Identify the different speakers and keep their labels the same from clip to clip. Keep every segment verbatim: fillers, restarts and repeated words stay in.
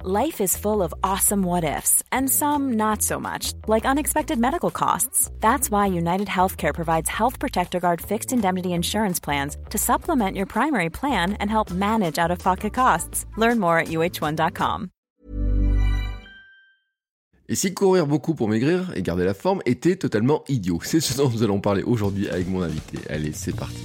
Speaker 1: Life is full of awesome what-ifs, and some not so much, like unexpected medical costs. That's why United Healthcare provides Health Protector Guard fixed indemnity insurance plans to supplement your primary plan and help manage out-of-pocket costs. Learn more at U H one dot com.
Speaker 2: Et si courir beaucoup pour maigrir et garder la forme était totalement idiot? C'est ce dont nous allons parler aujourd'hui avec mon invité. Allez, c'est parti.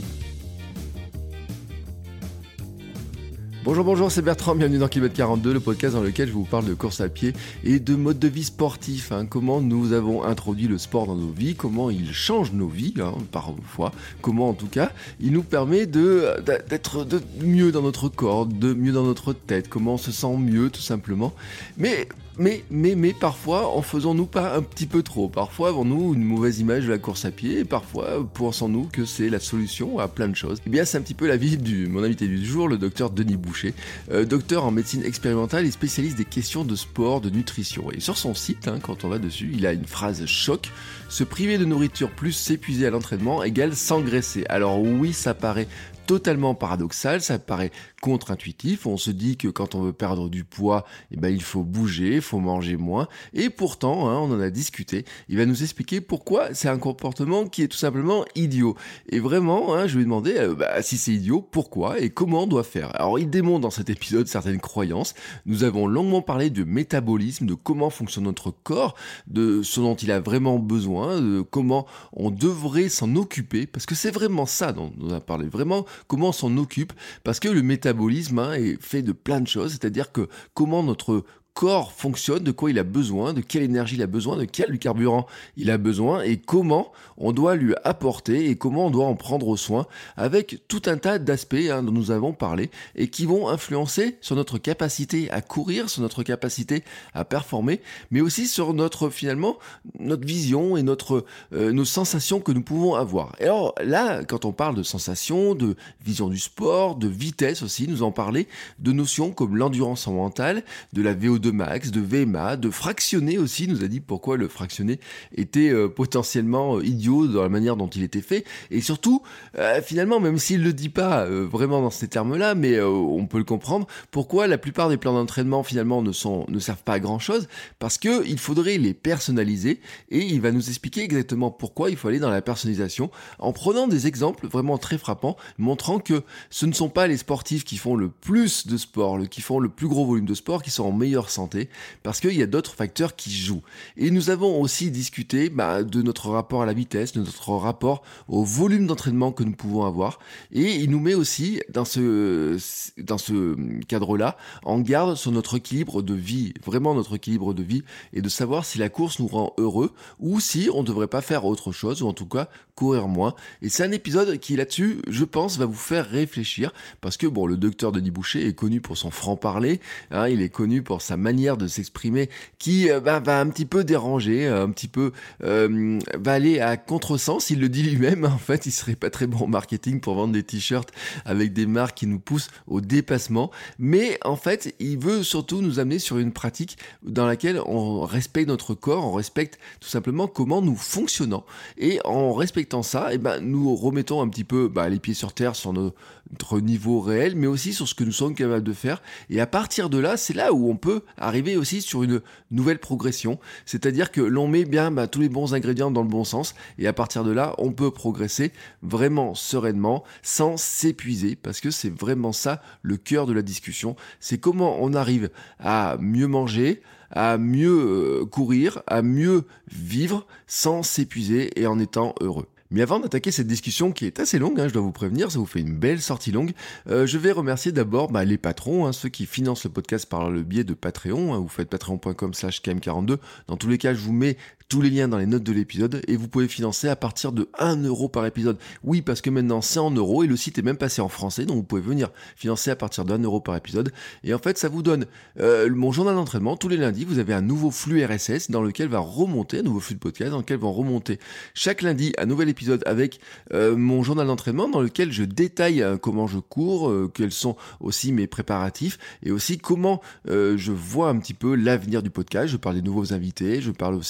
Speaker 2: Bonjour, bonjour, c'est Bertrand, bienvenue dans Kilomètre quarante-deux, le podcast dans lequel je vous parle de course à pied et de mode de vie sportif, hein, comment nous avons introduit le sport dans nos vies, comment il change nos vies, hein, parfois, comment en tout cas il nous permet de, d'être de mieux dans notre corps, de mieux dans notre tête, comment on se sent mieux tout simplement, mais... Mais, mais, mais parfois, en faisons-nous pas un petit peu trop? Parfois, avons-nous une mauvaise image de la course à pied? Et parfois, pensons-nous que c'est la solution à plein de choses? Eh bien, c'est un petit peu l'avis de mon invité du jour, le docteur Denis Boucher, euh, docteur en médecine expérimentale et spécialiste des questions de sport, de nutrition. Et sur son site, hein, quand on va dessus, il a une phrase choc: se priver de nourriture plus s'épuiser à l'entraînement égale s'engraisser. Alors oui, ça paraît totalement paradoxal, ça paraît contre-intuitif, on se dit que quand on veut perdre du poids, eh ben, il faut bouger, il faut manger moins, et pourtant, hein, on en a discuté, il va nous expliquer pourquoi c'est un comportement qui est tout simplement idiot. Et vraiment, hein, je lui ai demandé, euh, bah, si c'est idiot, pourquoi et comment on doit faire. Alors il démontre dans cet épisode certaines croyances, nous avons longuement parlé de métabolisme, de comment fonctionne notre corps, de ce dont il a vraiment besoin, de comment on devrait s'en occuper, parce que c'est vraiment ça dont on a parlé, vraiment comment on s'en occupe, parce que le métabolisme hein, est fait de plein de choses, c'est-à-dire que comment notre corps fonctionne, de quoi il a besoin, de quelle énergie il a besoin, de quel carburant il a besoin et comment on doit lui apporter et comment on doit en prendre soin avec tout un tas d'aspects hein, dont nous avons parlé et qui vont influencer sur notre capacité à courir, sur notre capacité à performer, mais aussi sur notre finalement notre vision et notre euh, nos sensations que nous pouvons avoir. Et alors là, quand on parle de sensations, de vision du sport, de vitesse aussi, nous en parler de notions comme l'endurance mentale, de la V O deux max, de V M A, de fractionné aussi, nous a dit pourquoi le fractionné était euh, potentiellement euh, idiot dans la manière dont il était fait, et surtout, euh, finalement, même s'il le dit pas euh, vraiment dans ces termes-là, mais euh, on peut le comprendre, pourquoi la plupart des plans d'entraînement finalement ne sont ne servent pas à grand-chose, parce que il faudrait les personnaliser, et il va nous expliquer exactement pourquoi il faut aller dans la personnalisation, en prenant des exemples vraiment très frappants, montrant que ce ne sont pas les sportifs qui font le plus de sport, le, qui font le plus gros volume de sport, qui sont en meilleure santé, parce qu'il y a d'autres facteurs qui jouent. Et nous avons aussi discuté bah, de notre rapport à la vitesse, de notre rapport au volume d'entraînement que nous pouvons avoir, et il nous met aussi dans ce, dans ce cadre-là en garde sur notre équilibre de vie, vraiment notre équilibre de vie, et de savoir si la course nous rend heureux, ou si on ne devrait pas faire autre chose, ou en tout cas courir moins. Et c'est un épisode qui là-dessus, je pense, va vous faire réfléchir, parce que bon, le docteur Denis Boucher est connu pour son franc-parler, hein, il est connu pour sa manière de s'exprimer qui euh, bah, va un petit peu déranger, un petit peu euh, va aller à contresens, il le dit lui-même, en fait il serait pas très bon en marketing pour vendre des t-shirts avec des marques qui nous poussent au dépassement, mais en fait il veut surtout nous amener sur une pratique dans laquelle on respecte notre corps, on respecte tout simplement comment nous fonctionnons, et en respectant ça, et ben, nous remettons un petit peu bah, les pieds sur terre sur nos, notre niveau réel, mais aussi sur ce que nous sommes capables de faire, et à partir de là, c'est là où on peut arriver aussi sur une nouvelle progression, c'est-à-dire que l'on met bien bah, tous les bons ingrédients dans le bon sens, et à partir de là, on peut progresser vraiment sereinement, sans s'épuiser, parce que c'est vraiment ça le cœur de la discussion, c'est comment on arrive à mieux manger, à mieux courir, à mieux vivre, sans s'épuiser et en étant heureux. Mais avant d'attaquer cette discussion qui est assez longue, hein, je dois vous prévenir, ça vous fait une belle sortie longue, euh, je vais remercier d'abord bah, les patrons, hein, ceux qui financent le podcast par le biais de Patreon, hein, vous faites patreon point com slash K M quarante-deux, dans tous les cas je vous mets tous les liens dans les notes de l'épisode, et vous pouvez financer à partir de un euro par épisode. Oui, parce que maintenant c'est en euros, et le site est même passé en français, donc vous pouvez venir financer à partir d'un euro par épisode, et en fait ça vous donne euh, mon journal d'entraînement, tous les lundis, vous avez un nouveau flux R S S dans lequel va remonter, un nouveau flux de podcast, dans lequel vont remonter chaque lundi un nouvel épisode avec euh, mon journal d'entraînement, dans lequel je détaille euh, comment je cours, euh, quels sont aussi mes préparatifs, et aussi comment euh, je vois un petit peu l'avenir du podcast. Je parle des nouveaux invités, je parle aussi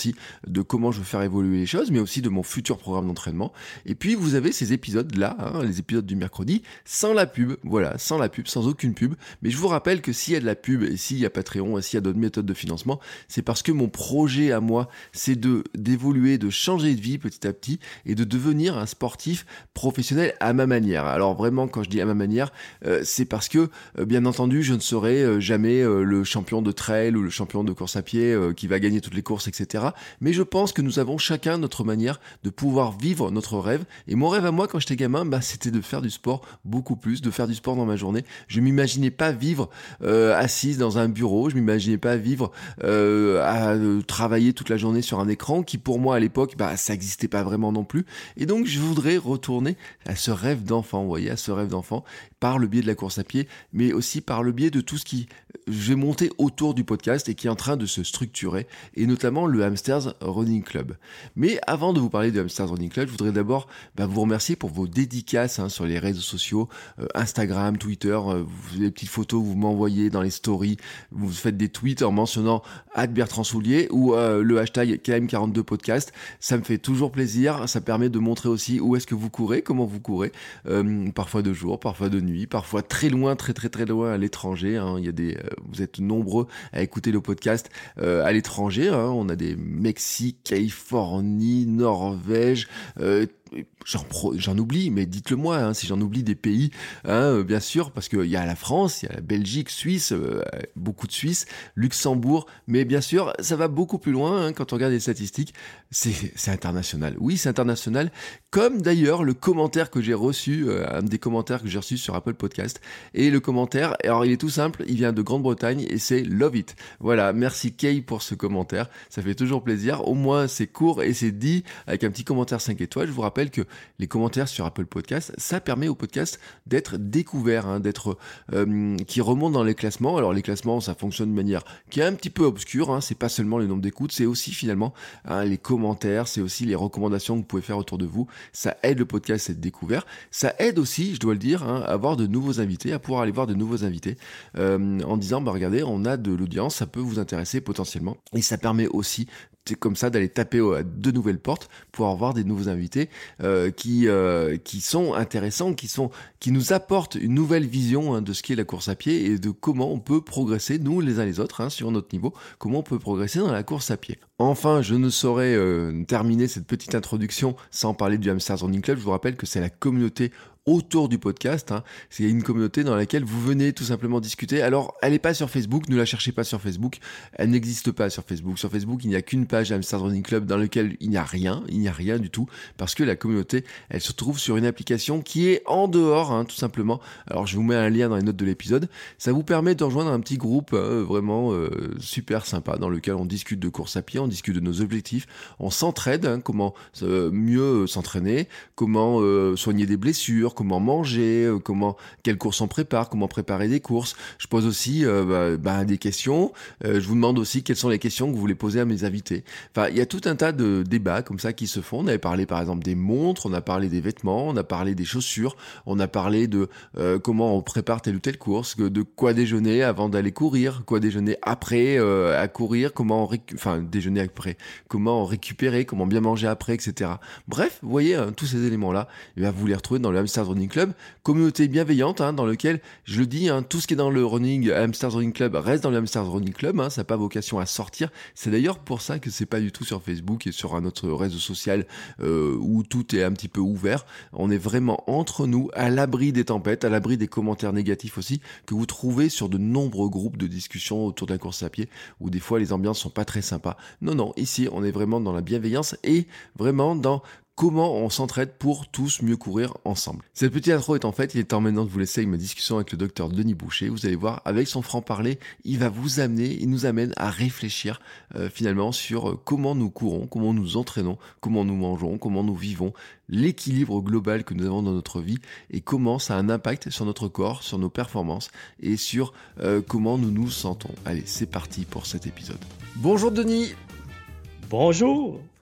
Speaker 2: de comment je veux faire évoluer les choses, mais aussi de mon futur programme d'entraînement. Et puis vous avez ces épisodes-là, hein, les épisodes du mercredi, sans la pub, voilà, sans la pub, sans aucune pub. Mais je vous rappelle que s'il y a de la pub, et s'il y a Patreon, et s'il y a d'autres méthodes de financement, c'est parce que mon projet à moi, c'est de d'évoluer, de changer de vie petit à petit, et de devenir un sportif professionnel à ma manière. Alors vraiment, quand je dis à ma manière, euh, c'est parce que, euh, bien entendu, je ne serai euh, jamais euh, le champion de trail ou le champion de course à pied euh, qui va gagner toutes les courses, et cetera. Mais je pense que nous avons chacun notre manière de pouvoir vivre notre rêve. Et mon rêve à moi, quand j'étais gamin, bah, c'était de faire du sport beaucoup plus, de faire du sport dans ma journée. Je m'imaginais pas vivre euh, assise dans un bureau, je m'imaginais pas vivre euh, à euh, travailler toute la journée sur un écran qui, pour moi, à l'époque, bah, ça n'existait pas vraiment non plus. Et donc, je voudrais retourner à ce rêve d'enfant, vous voyez, à ce rêve d'enfant, par le biais de la course à pied, mais aussi par le biais de tout ce qui je vais monter autour du podcast et qui est en train de se structurer, et notamment le Hamsters Running Club. Mais avant de vous parler du Hamsters Running Club, je voudrais d'abord bah, vous remercier pour vos dédicaces hein, sur les réseaux sociaux, euh, Instagram, Twitter, euh, vous, les petites photos que vous m'envoyez dans les stories, vous faites des tweets en mentionnant arobase Bertrand Soulier ou euh, le hashtag K M quarante-deux podcast. Ça me fait toujours plaisir, ça permet de montrer aussi où est-ce que vous courez, comment vous courez, euh, parfois de jour, parfois de nuit, parfois très loin, très très très loin à l'étranger. Hein. Il y a des, euh, vous êtes nombreux à écouter le podcast euh, à l'étranger. Hein. On a des Mexique, Californie, Norvège. Euh, J'en, j'en oublie, mais dites-le moi hein, si j'en oublie des pays, hein, bien sûr, parce qu'il y a la France, il y a la Belgique, Suisse, euh, beaucoup de Suisse, Luxembourg, mais bien sûr, ça va beaucoup plus loin hein, quand on regarde les statistiques, c'est, c'est international. Oui, c'est international, comme d'ailleurs le commentaire que j'ai reçu, euh, un des commentaires que j'ai reçu sur Apple Podcast, et le commentaire, alors il est tout simple, il vient de Grande-Bretagne et c'est Love It. Voilà, merci Kay pour ce commentaire, ça fait toujours plaisir, au moins c'est court et c'est dit avec un petit commentaire cinq étoiles. Je vous rappelle que les commentaires sur Apple Podcast, ça permet au podcast d'être découvert, hein, d'être euh, qui remonte dans les classements. Alors les classements, ça fonctionne de manière qui est un petit peu obscure. Hein, c'est pas seulement le nombre d'écoutes, c'est aussi finalement hein, les commentaires, c'est aussi les recommandations que vous pouvez faire autour de vous. Ça aide le podcast à être découvert. Ça aide aussi, je dois le dire, hein, à avoir de nouveaux invités, à pouvoir aller voir de nouveaux invités euh, en disant, bah regardez, on a de l'audience, ça peut vous intéresser potentiellement. Et ça permet aussi c'est comme ça d'aller taper à de nouvelles portes pour avoir des nouveaux invités euh, qui euh, qui sont intéressants, qui sont qui nous apportent une nouvelle vision hein, de ce qu'est la course à pied et de comment on peut progresser nous les uns les autres hein, sur notre niveau, comment on peut progresser dans la course à pied. Enfin, je ne saurais euh, terminer cette petite introduction sans parler du Hamsters Running Club. Je vous rappelle que c'est la communauté autour du podcast, hein. C'est une communauté dans laquelle vous venez tout simplement discuter. Alors, elle n'est pas sur Facebook, ne la cherchez pas sur Facebook, elle n'existe pas sur Facebook. Sur Facebook, il n'y a qu'une page Hamsters Running Club dans laquelle il n'y a rien, il n'y a rien du tout, parce que la communauté, elle se trouve sur une application qui est en dehors, hein, tout simplement. Alors, je vous mets un lien dans les notes de l'épisode. Ça vous permet de rejoindre un petit groupe euh, vraiment euh, super sympa, dans lequel on discute de course à pied, on discute de nos objectifs, on s'entraide, hein, comment euh, mieux s'entraîner, comment euh, soigner des blessures, comment manger, euh, comment quelles courses on prépare, comment préparer des courses. Je pose aussi euh, bah, bah, des questions. Euh, je vous demande aussi quelles sont les questions que vous voulez poser à mes invités. Enfin, il y a tout un tas de débats comme ça qui se font. On avait parlé par exemple des montres, on a parlé des vêtements, on a parlé des chaussures, on a parlé de euh, comment on prépare telle ou telle course, de quoi déjeuner avant d'aller courir, quoi déjeuner après euh, à courir, comment on récu- enfin déjeuner après, comment récupérer, comment bien manger après, et cetera. Bref, vous voyez hein, tous ces éléments-là, et bien, vous les retrouvez dans le Hamsters Running Club, communauté bienveillante hein, dans lequel, je le dis, hein, tout ce qui est dans le running Hamsters Running Club reste dans le Hamsters Running Club, hein, ça n'a pas vocation à sortir. C'est d'ailleurs pour ça que c'est pas du tout sur Facebook et sur un autre réseau social euh, où tout est un petit peu ouvert. On est vraiment entre nous, à l'abri des tempêtes, à l'abri des commentaires négatifs aussi, que vous trouvez sur de nombreux groupes de discussion autour de la course à pied, où des fois les ambiances sont pas très sympas. Non, non, ici on est vraiment dans la bienveillance et vraiment dans comment on s'entraide pour tous mieux courir ensemble. Cette petite intro est en fait, il est temps maintenant de vous laisser avec ma discussion avec le docteur Denis Boucher. Vous allez voir, avec son franc-parler, il va vous amener, il nous amène à réfléchir euh, finalement sur euh, comment nous courons, comment nous entraînons, comment nous mangeons, comment nous vivons, l'équilibre global que nous avons dans notre vie et comment ça a un impact sur notre corps, sur nos performances et sur euh, comment nous nous sentons. Allez, c'est parti pour cet épisode. Bonjour Denis.
Speaker 3: Bonjour.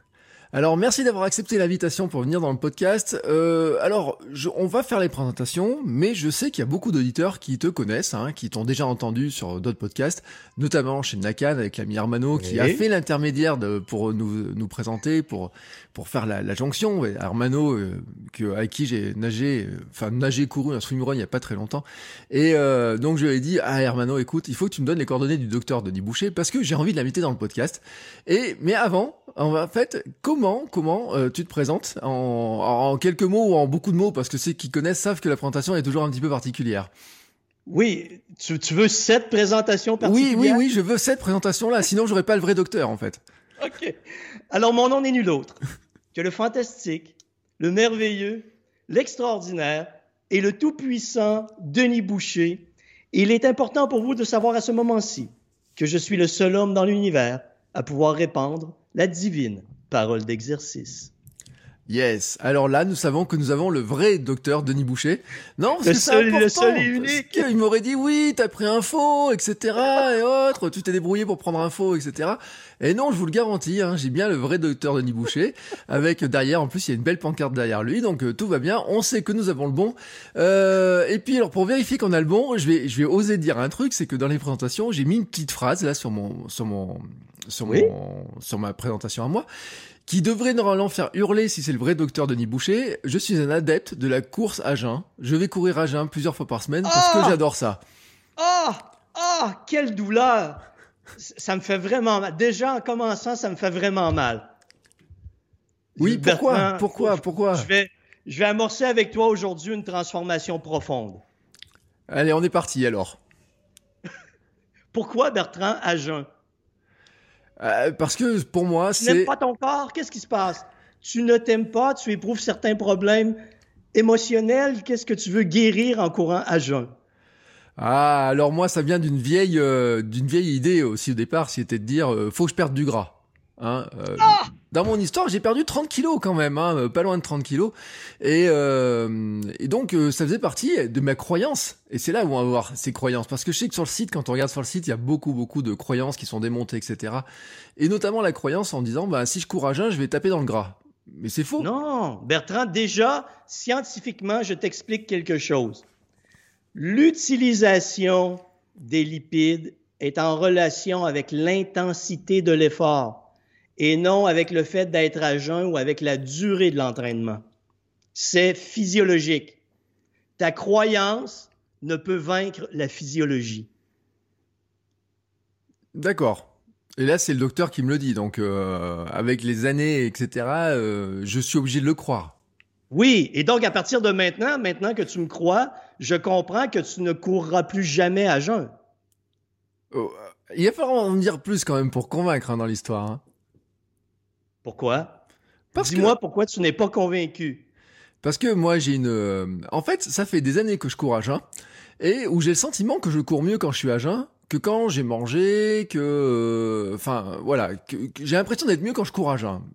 Speaker 2: Alors, merci d'avoir accepté l'invitation pour venir dans le podcast. Euh, alors, je, on va faire les présentations, mais je sais qu'il y a beaucoup d'auditeurs qui te connaissent, hein, qui t'ont déjà entendu sur d'autres podcasts, notamment chez Nakan avec l'ami Hermano, qui
Speaker 3: Oui.
Speaker 2: a fait l'intermédiaire de, pour nous, nous présenter, pour pour faire la, la jonction. Et Hermano, euh, que, avec qui j'ai nagé, euh, enfin nagé, couru un swimrun il y a pas très longtemps. Et euh, donc je lui ai dit, ah Hermano, écoute, il faut que tu me donnes les coordonnées du docteur Denis Boucher parce que j'ai envie de l'inviter dans le podcast. Et mais avant, en fait, comment comment euh, tu te présentes en, en quelques mots ou en beaucoup de mots, parce que ceux qui connaissent savent que la présentation est toujours un petit peu particulière.
Speaker 3: Oui, tu, tu veux cette présentation
Speaker 2: Oui,
Speaker 3: particulière?
Speaker 2: oui, oui, je veux cette présentation-là, sinon j'aurais pas le vrai docteur en fait.
Speaker 3: OK. Alors, mon nom n'est nul autre que le fantastique, le merveilleux, l'extraordinaire et le tout-puissant Denis Boucher. Et il est important pour vous de savoir à ce moment-ci que je suis le seul homme dans l'univers à pouvoir répandre la divine parole d'exercice.
Speaker 2: Yes. Alors là, nous savons que nous avons le vrai docteur Denis Boucher. Non, parce
Speaker 3: Le
Speaker 2: que c'est
Speaker 3: seul-
Speaker 2: important.
Speaker 3: le seul et unique.
Speaker 2: Parce qu'il m'aurait dit oui, t'as pris un faux, et cetera et autres. Tu t'es débrouillé pour prendre un faux, et cetera. Et non, je vous le garantis, hein, j'ai bien le vrai docteur Denis Boucher. Avec derrière, en plus, il y a une belle pancarte derrière lui, donc euh, tout va bien. On sait que nous avons le bon. Euh, et puis, alors pour vérifier qu'on a le bon, je vais, je vais oser dire un truc, c'est que dans les présentations, j'ai mis une petite phrase là sur mon, sur mon, sur
Speaker 3: Oui.
Speaker 2: mon, sur ma présentation à moi, qui devrait normalement faire hurler si c'est le vrai docteur Denis Boucher. Je suis un adepte de la course à jeun. Je vais courir à jeun plusieurs fois par semaine parce
Speaker 3: Ah
Speaker 2: que j'adore ça.
Speaker 3: Ah! Ah! Quelle douleur! Ça me fait vraiment mal. Déjà, en commençant, ça me fait vraiment mal.
Speaker 2: Oui, pourquoi?
Speaker 3: Bertrand,
Speaker 2: Pourquoi?
Speaker 3: je-
Speaker 2: Pourquoi?
Speaker 3: Je vais, je vais amorcer avec toi aujourd'hui une transformation profonde.
Speaker 2: Allez, on est parti alors.
Speaker 3: Pourquoi, Bertrand, à jeun?
Speaker 2: Euh, parce que pour moi,
Speaker 3: Tu n'aimes
Speaker 2: c'est...
Speaker 3: pas ton corps? Qu'est-ce qui se passe? Tu ne t'aimes pas? Tu éprouves certains problèmes émotionnels? Qu'est-ce que tu veux guérir en courant à jeun?
Speaker 2: Ah, alors moi, ça vient d'une vieille, euh, d'une vieille idée aussi au départ, c'était de dire, euh, faut que je perde du gras. Hein, euh, dans mon histoire, j'ai perdu trente kilos quand même, hein, euh, pas loin de trente kilos. Et, euh, et donc, euh, ça faisait partie de ma croyance. Et c'est là où on va voir ces croyances. Parce que je sais que sur le site, quand on regarde sur le site, il y a beaucoup, beaucoup de croyances qui sont démontées, et cetera. Et notamment la croyance en disant, bah, si je cours à jeun, je vais taper dans le gras. Mais c'est faux.
Speaker 3: Non, Bertrand, déjà, scientifiquement, je t'explique quelque chose. L'utilisation des lipides est en relation avec l'intensité de l'effort et non avec le fait d'être à jeun ou avec la durée de l'entraînement. C'est physiologique. Ta croyance ne peut vaincre la physiologie.
Speaker 2: D'accord. Et là, c'est le docteur qui me le dit. Donc, euh, avec les années, et cetera, euh, je suis obligé de le croire.
Speaker 3: Oui, et donc à partir de maintenant, maintenant que tu me crois, je comprends que tu ne courras plus jamais à jeun.
Speaker 2: Oh, il va falloir en dire plus quand même pour convaincre hein, dans l'histoire. Hein.
Speaker 3: Pourquoi?
Speaker 2: Parce
Speaker 3: Dis-moi
Speaker 2: que,
Speaker 3: pourquoi tu n'es pas convaincu.
Speaker 2: parce que moi, j'ai une... euh, En fait, ça fait des années que je cours à jeun et où j'ai le sentiment que je cours mieux quand je suis à jeun que quand j'ai mangé, que... euh, Enfin, voilà. Que, que j'ai l'impression d'être mieux quand je cours à jeun.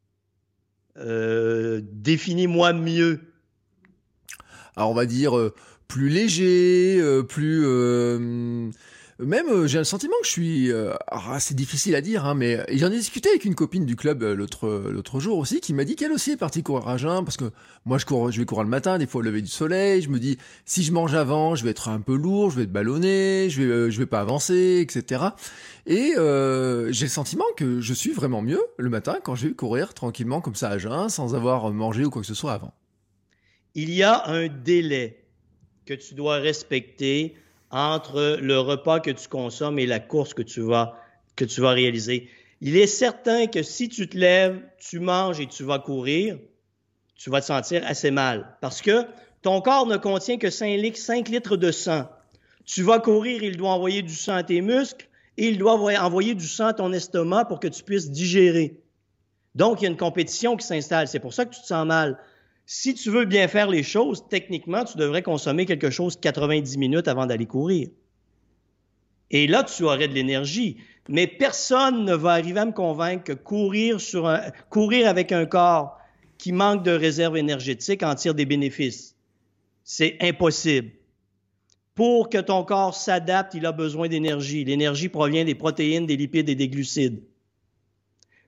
Speaker 3: Euh, définis-moi mieux.
Speaker 2: Alors, on va dire euh, plus léger, euh, plus... euh, Même, euh, j'ai le sentiment que je suis... euh, ah, c'est difficile à dire, hein, mais j'en ai discuté avec une copine du club euh, l'autre l'autre jour aussi, qui m'a dit qu'elle aussi est partie courir à jeun, parce que moi, je cours, je vais courir le matin, des fois au lever du soleil, je me dis, si je mange avant, je vais être un peu lourd, je vais être ballonné, je vais, euh, je vais pas avancer, et cetera. Et euh, j'ai le sentiment que je suis vraiment mieux le matin quand je vais courir tranquillement comme ça à jeun, sans avoir mangé ou quoi que ce soit avant.
Speaker 3: Il y a un délai que tu dois respecter entre le repas que tu consommes et la course que tu vas, que tu vas réaliser. Il est certain que si tu te lèves, tu manges et tu vas courir, tu vas te sentir assez mal. Parce que ton corps ne contient que cinq litres de sang. Tu vas courir, il doit envoyer du sang à tes muscles et il doit envoyer du sang à ton estomac pour que tu puisses digérer. Donc, il y a une compétition qui s'installe. C'est pour ça que tu te sens mal. Si tu veux bien faire les choses, techniquement, tu devrais consommer quelque chose quatre-vingt-dix minutes avant d'aller courir. Et là, tu aurais de l'énergie. Mais personne ne va arriver à me convaincre que courir, sur un, courir avec un corps qui manque de réserve énergétique en tire des bénéfices. C'est impossible. Pour que ton corps s'adapte, il a besoin d'énergie. L'énergie provient des protéines, des lipides et des glucides.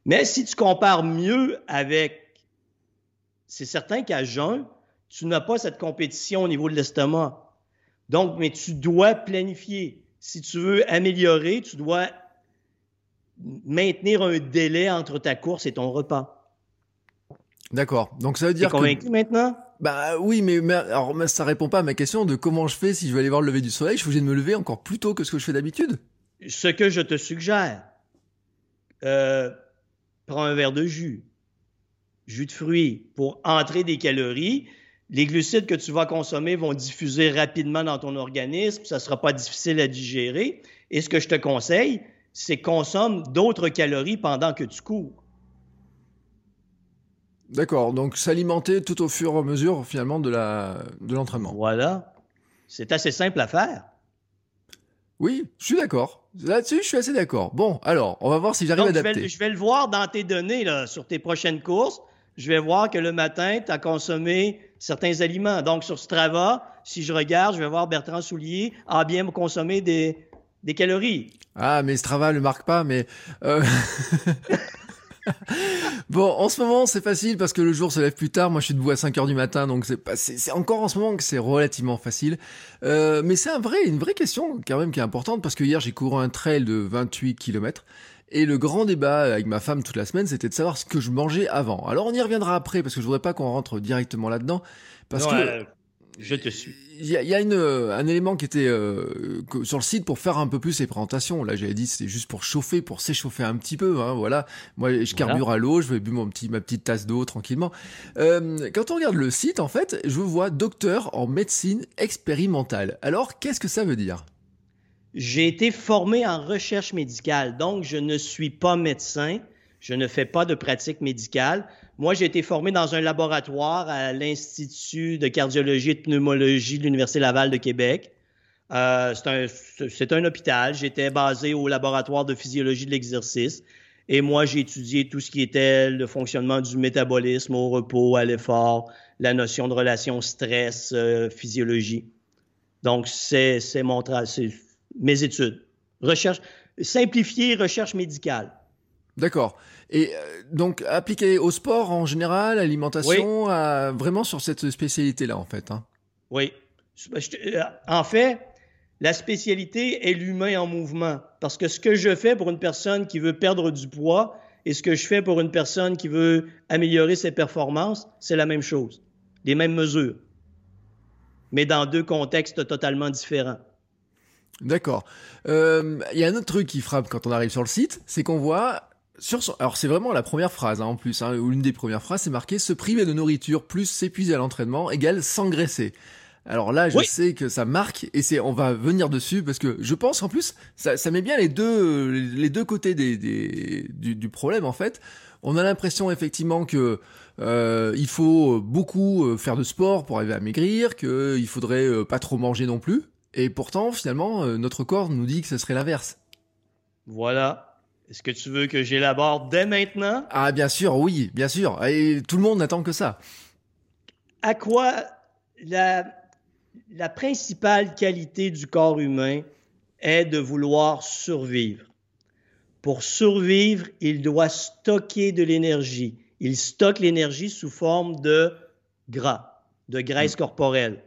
Speaker 3: Mais si tu compares mieux avec... C'est certain qu'à jeun, tu n'as pas cette compétition au niveau de l'estomac. Donc, mais tu dois planifier. Si tu veux améliorer, tu dois maintenir un délai entre ta course et ton repas.
Speaker 2: D'accord. Donc ça veut dire
Speaker 3: T'es convaincu
Speaker 2: que...
Speaker 3: maintenant?
Speaker 2: Bah oui, mais, mais alors mais ça répond pas à ma question de comment je fais si je veux aller voir le lever du soleil. Je suis obligé de me lever encore plus tôt que ce que je fais d'habitude.
Speaker 3: Ce que je te suggère, euh, prends un verre de jus, jus de fruits, pour entrer des calories. Les glucides que tu vas consommer vont diffuser rapidement dans ton organisme, ça ne sera pas difficile à digérer. Et ce que je te conseille, c'est consomme d'autres calories pendant que tu cours.
Speaker 2: D'accord, donc s'alimenter tout au fur et à mesure finalement de la de l'entraînement.
Speaker 3: Voilà. C'est assez simple à faire.
Speaker 2: Oui, je suis d'accord. Là-dessus, je suis assez d'accord. Bon, alors, on va voir si j'arrive à
Speaker 3: Donc, je
Speaker 2: adapter.
Speaker 3: vais, je vais le voir dans tes données, là, sur tes prochaines courses. Je vais voir que le matin, tu as consommé certains aliments. Donc, sur Strava, si je regarde, je vais voir Bertrand Soulier a bien consommé des, des calories.
Speaker 2: Ah, mais Strava le marque pas, mais... Euh... Bon, en ce moment, c'est facile parce que le jour se lève plus tard. Moi, je suis debout à cinq heures du matin, donc c'est pas, c'est, c'est encore en ce moment que c'est relativement facile. Euh, mais c'est un vrai, une vraie question quand même qui est importante parce que hier, j'ai couru un trail de vingt-huit kilomètres. Et le grand débat avec ma femme toute la semaine, c'était de savoir ce que je mangeais avant. Alors, on y reviendra après parce que je voudrais pas qu'on rentre directement là-dedans. Parce
Speaker 3: non,
Speaker 2: que...
Speaker 3: euh, je te suis.
Speaker 2: Il y a, y a une, un élément qui était euh, que, sur le site pour faire un peu plus les présentations. Là, j'avais dit c'était juste pour chauffer, pour s'échauffer un petit peu. Hein, voilà. Moi, je carbure voilà. à l'eau, je vais bu mon petit, ma petite tasse d'eau tranquillement. Euh, quand on regarde le site, en fait, je vois docteur en médecine expérimentale. Alors, qu'est-ce que ça veut dire?
Speaker 3: J'ai été formé en recherche médicale, donc je ne suis pas médecin. Je ne fais pas de pratique médicale. Moi, j'ai été formé dans un laboratoire à l'Institut de cardiologie et de pneumologie de l'Université Laval de Québec. Euh, c'est un, c'est un hôpital. J'étais basé au laboratoire de physiologie de l'exercice. Et moi, j'ai étudié tout ce qui était le fonctionnement du métabolisme au repos, à l'effort, la notion de relation stress, euh, physiologie. Donc, c'est, c'est mon travail, c'est mes études. Recherche, simplifiée, recherche médicale.
Speaker 2: D'accord. Et euh, donc, appliqué au sport en général, à l'alimentation, oui. à, vraiment sur cette spécialité-là, en fait. Hein.
Speaker 3: Oui. En fait, la spécialité est l'humain en mouvement. Parce que ce que je fais pour une personne qui veut perdre du poids et ce que je fais pour une personne qui veut améliorer ses performances, c'est la même chose. Les mêmes mesures. Mais dans deux contextes totalement différents.
Speaker 2: D'accord. Euh, il y a un autre truc qui frappe quand on arrive sur le site, c'est qu'on voit... Sur son... Alors c'est vraiment la première phrase hein, en plus, hein, ou l'une des premières phrases, c'est marqué « Se priver de nourriture plus s'épuiser à l'entraînement égale s'engraisser ». Alors là, je oui. sais que ça marque et c'est, on va venir dessus parce que je pense en plus, ça, ça met bien les deux, les deux côtés des, des, du, du problème en fait. On a l'impression effectivement que euh, il faut beaucoup faire de sport pour arriver à maigrir, qu'il faudrait pas trop manger non plus. Et pourtant, finalement, notre corps nous dit que ce serait l'inverse.
Speaker 3: Voilà. Est-ce que tu veux que j'élabore dès maintenant?
Speaker 2: Ah, bien sûr, oui, bien sûr. Et tout le monde n'attend que ça.
Speaker 3: À quoi la, la principale qualité du corps humain est de vouloir survivre. Pour survivre, il doit stocker de l'énergie. Il stocke l'énergie sous forme de gras, de graisse mmh. corporelle.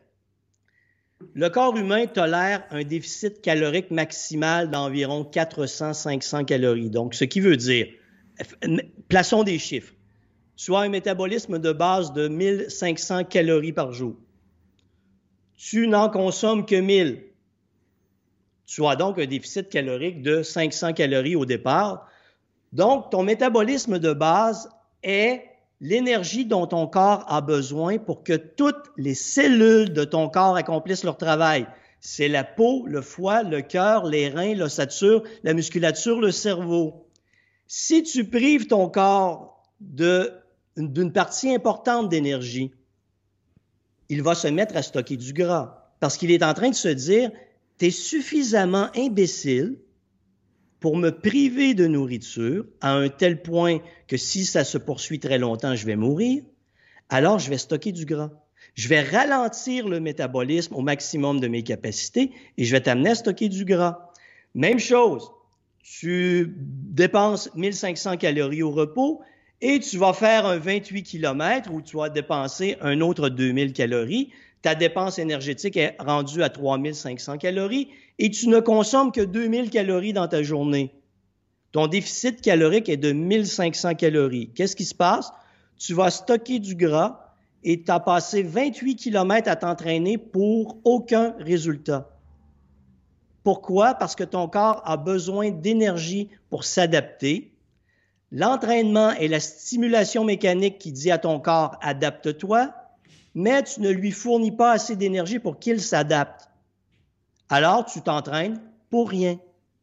Speaker 3: Le corps humain tolère un déficit calorique maximal d'environ quatre cents à cinq cents calories. Donc, ce qui veut dire, plaçons des chiffres, soit un métabolisme de base de mille cinq cents calories par jour. Tu n'en consommes que mille. Tu as donc un déficit calorique de cinq cents calories au départ. Donc, ton métabolisme de base est l'énergie dont ton corps a besoin pour que toutes les cellules de ton corps accomplissent leur travail. C'est la peau, le foie, le cœur, les reins, l'ossature, la musculature, le cerveau. Si tu prives ton corps de, d'une partie importante d'énergie, il va se mettre à stocker du gras parce qu'il est en train de se dire « T'es suffisamment imbécile pour me priver de nourriture à un tel point que si ça se poursuit très longtemps, je vais mourir, alors je vais stocker du gras. Je vais ralentir le métabolisme au maximum de mes capacités et je vais t'amener à stocker du gras. » Même chose, tu dépenses mille cinq cents calories au repos et tu vas faire un vingt-huit kilomètres où tu vas dépenser un autre deux mille calories. Ta dépense énergétique est rendue à trois mille cinq cents calories et tu ne consommes que deux mille calories dans ta journée. Ton déficit calorique est de mille cinq cents calories. Qu'est-ce qui se passe? Tu vas stocker du gras et tu as passé vingt-huit kilomètres à t'entraîner pour aucun résultat. Pourquoi? Parce que ton corps a besoin d'énergie pour s'adapter. L'entraînement est la stimulation mécanique qui dit à ton corps « adapte-toi », mais tu ne lui fournis pas assez d'énergie pour qu'il s'adapte. Alors, tu t'entraînes pour rien.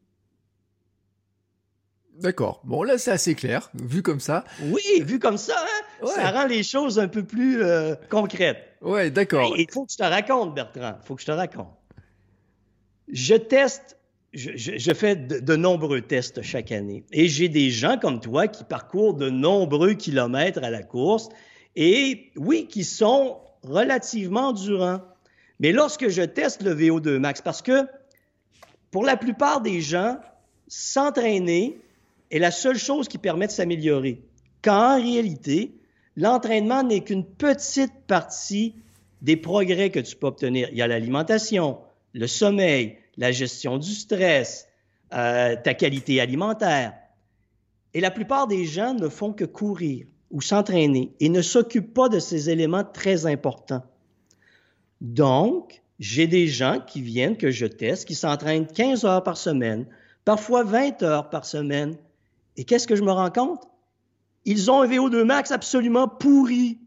Speaker 2: D'accord. Bon, là, c'est assez clair, vu comme ça.
Speaker 3: Oui, vu comme ça, hein? Ouais. Ça rend les choses un peu plus euh, concrètes.
Speaker 2: Oui, d'accord.
Speaker 3: Il faut que je te raconte, Bertrand. Il faut que je te raconte. Je teste, je, je, je fais de, de nombreux tests chaque année. Et j'ai des gens comme toi qui parcourent de nombreux kilomètres à la course et, oui, qui sont relativement endurants. Mais lorsque je teste le V O deux max, parce que pour la plupart des gens, s'entraîner est la seule chose qui permet de s'améliorer. Quand en réalité, l'entraînement n'est qu'une petite partie des progrès que tu peux obtenir. Il y a l'alimentation, le sommeil, la gestion du stress, euh, ta qualité alimentaire. Et la plupart des gens ne font que courir ou s'entraîner et ne s'occupent pas de ces éléments très importants. Donc, j'ai des gens qui viennent, que je teste, qui s'entraînent quinze heures par semaine, parfois vingt heures par semaine. Et qu'est-ce que je me rends compte? Ils ont un V O deux max absolument pourri.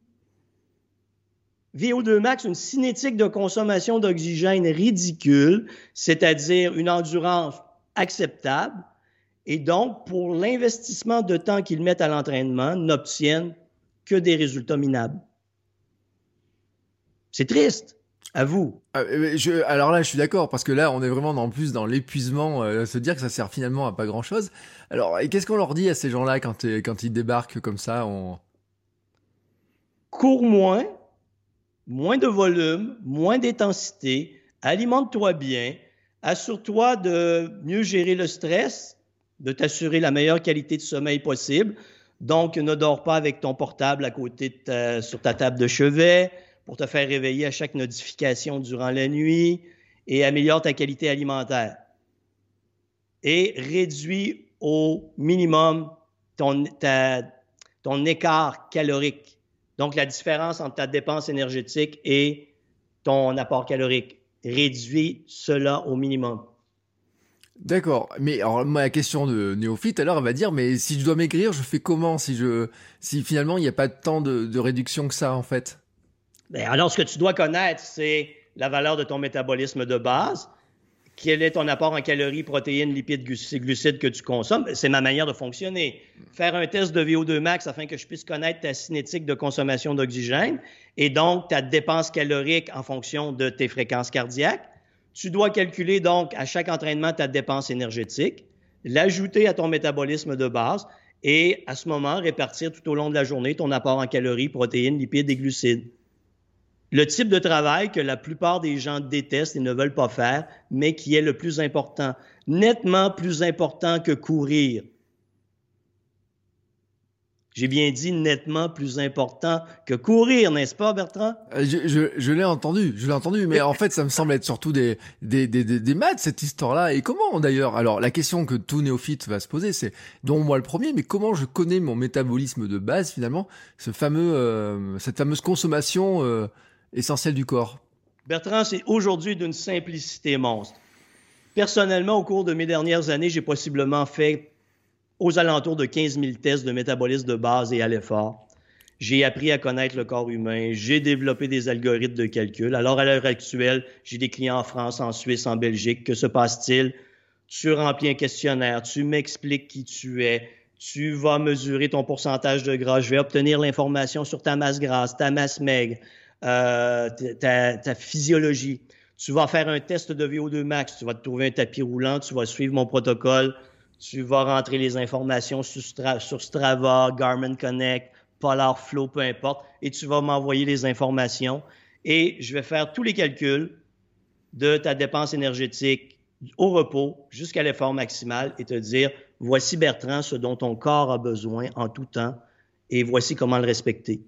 Speaker 3: V O deux max, une cinétique de consommation d'oxygène ridicule, c'est-à-dire une endurance acceptable, et donc, pour l'investissement de temps qu'ils mettent à l'entraînement, n'obtiennent que des résultats minables. C'est triste. À vous.
Speaker 2: Euh, je, alors là, je suis d'accord, parce que là, on est vraiment en plus dans l'épuisement, euh, se dire que ça sert finalement à pas grand-chose. Alors, et qu'est-ce qu'on leur dit à ces gens-là quand, quand ils débarquent comme ça on...
Speaker 3: Cours moins, moins de volume, moins d'intensité, alimente-toi bien, assure-toi de mieux gérer le stress, de t'assurer la meilleure qualité de sommeil possible. Donc, ne dors pas avec ton portable à côté de ta, sur ta table de chevet, pour te faire réveiller à chaque notification durant la nuit et améliore ta qualité alimentaire. Et réduis au minimum ton, ta, ton écart calorique. Donc, la différence entre ta dépense énergétique et ton apport calorique. Réduis cela au minimum.
Speaker 2: D'accord, mais alors ma question de néophyte, alors elle va dire, mais si je dois maigrir, je fais comment si, je, si finalement il n'y a pas tant de, de réduction que ça en fait?
Speaker 3: Bien, alors, ce que tu dois connaître, c'est la valeur de ton métabolisme de base. Quel est ton apport en calories, protéines, lipides, glucides que tu consommes? C'est ma manière de fonctionner. Faire un test de V O deux max afin que je puisse connaître ta cinétique de consommation d'oxygène et donc ta dépense calorique en fonction de tes fréquences cardiaques. Tu dois calculer donc à chaque entraînement ta dépense énergétique, l'ajouter à ton métabolisme de base et à ce moment répartir tout au long de la journée ton apport en calories, protéines, lipides et glucides. Le type de travail que la plupart des gens détestent et ne veulent pas faire, mais qui est le plus important, nettement plus important que courir. J'ai bien dit nettement plus important que courir, n'est-ce pas, Bertrand?
Speaker 2: Je, je, je l'ai entendu, je l'ai entendu, mais en fait, ça me semble être surtout des, des, des, des, des maths, cette histoire-là. Et comment, d'ailleurs? Alors, la question que tout néophyte va se poser, c'est, dont moi le premier, mais comment je connais mon métabolisme de base, finalement, ce fameux, euh, cette fameuse consommation euh, essentielle du corps?
Speaker 3: Bertrand, c'est aujourd'hui d'une simplicité monstre. Personnellement, au cours de mes dernières années, j'ai possiblement fait aux alentours de quinze mille tests de métabolisme de base et à l'effort. J'ai appris à connaître le corps humain, j'ai développé des algorithmes de calcul. Alors, à l'heure actuelle, j'ai des clients en France, en Suisse, en Belgique. Que se passe-t-il? Tu remplis un questionnaire, tu m'expliques qui tu es, tu vas mesurer ton pourcentage de gras, je vais obtenir l'information sur ta masse grasse, ta masse maigre, euh, ta, ta physiologie. Tu vas faire un test de V O deux max, tu vas te trouver un tapis roulant, tu vas suivre mon protocole, tu vas rentrer les informations sur, Stra- sur Strava, Garmin Connect, Polar Flow, peu importe, et tu vas m'envoyer les informations et je vais faire tous les calculs de ta dépense énergétique au repos jusqu'à l'effort maximal et te dire, voici Bertrand, ce dont ton corps a besoin en tout temps et voici comment le respecter.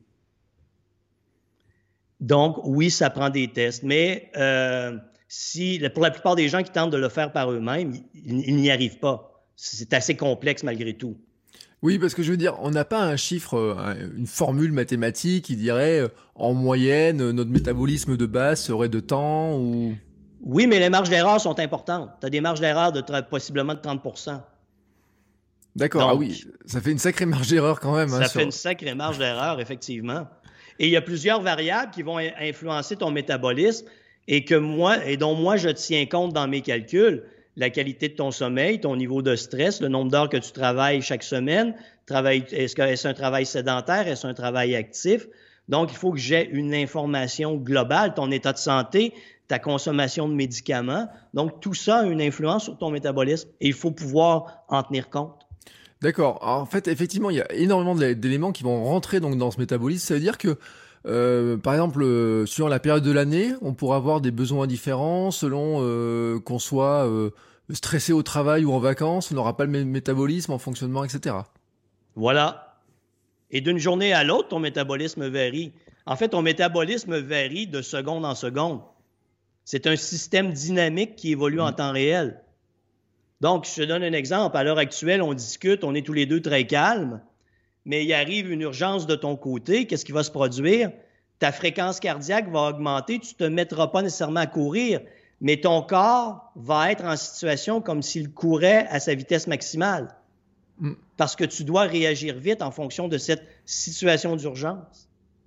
Speaker 3: Donc, oui, ça prend des tests, mais euh, si, pour la plupart des gens qui tentent de le faire par eux-mêmes, ils, ils n'y arrivent pas. C'est assez complexe malgré tout.
Speaker 2: Oui, parce que je veux dire, on n'a pas un chiffre, une formule mathématique qui dirait, en moyenne, notre métabolisme de base serait de temps ou...
Speaker 3: Oui, mais les marges d'erreur sont importantes. Tu as des marges d'erreur de possiblement de trente pour cent.
Speaker 2: D'accord, ah oui, ça fait une sacrée marge d'erreur quand même.
Speaker 3: Ça
Speaker 2: hein,
Speaker 3: fait
Speaker 2: sur...
Speaker 3: une sacrée marge d'erreur, effectivement. Et il y a plusieurs variables qui vont influencer ton métabolisme et, que moi, et dont moi, je tiens compte dans mes calculs. La qualité de ton sommeil, ton niveau de stress, le nombre d'heures que tu travailles chaque semaine. Travail, est-ce que, est-ce un travail sédentaire? Est-ce un travail actif? Donc, il faut que j'ai une information globale, ton état de santé, ta consommation de médicaments. Donc, tout ça a une influence sur ton métabolisme et il faut pouvoir en tenir compte.
Speaker 2: D'accord. Alors, en fait, effectivement, il y a énormément d'éléments qui vont rentrer donc, dans ce métabolisme. Ça veut dire que, euh, par exemple, euh, sur la période de l'année, on pourra avoir des besoins différents selon euh, qu'on soit euh, stressé au travail ou en vacances. On n'aura pas le même métabolisme en fonctionnement, et cetera.
Speaker 3: Voilà. Et d'une journée à l'autre, ton métabolisme varie. En fait, ton métabolisme varie de seconde en seconde. C'est un système dynamique qui évolue mmh. en temps réel. Donc, je te donne un exemple. À l'heure actuelle, on discute, on est tous les deux très calmes, mais il arrive une urgence de ton côté. Qu'est-ce qui va se produire? Ta fréquence cardiaque va augmenter. Tu ne te mettras pas nécessairement à courir, mais ton corps va être en situation comme s'il courait à sa vitesse maximale. Mm. Parce que tu dois réagir vite en fonction de cette situation d'urgence.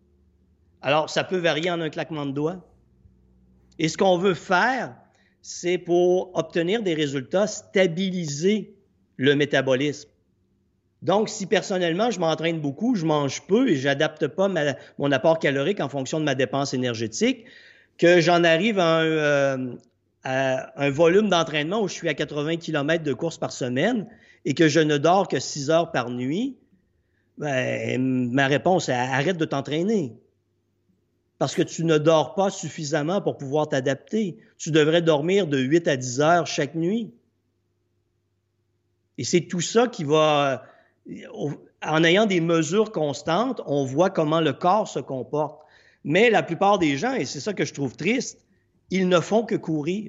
Speaker 3: Alors, ça peut varier en un claquement de doigts. Et ce qu'on veut faire, c'est pour obtenir des résultats, stabiliser le métabolisme. Donc, si personnellement, je m'entraîne beaucoup, je mange peu et je n'adapte pas ma, mon apport calorique en fonction de ma dépense énergétique, que j'en arrive à un, euh, à un volume d'entraînement où je suis à quatre-vingts kilomètres de course par semaine et que je ne dors que six heures par nuit, ben, ma réponse est arrête de t'entraîner. Parce que tu ne dors pas suffisamment pour pouvoir t'adapter. Tu devrais dormir de huit à dix heures chaque nuit. Et c'est tout ça qui va... En ayant des mesures constantes, on voit comment le corps se comporte. Mais la plupart des gens, et c'est ça que je trouve triste, ils ne font que courir.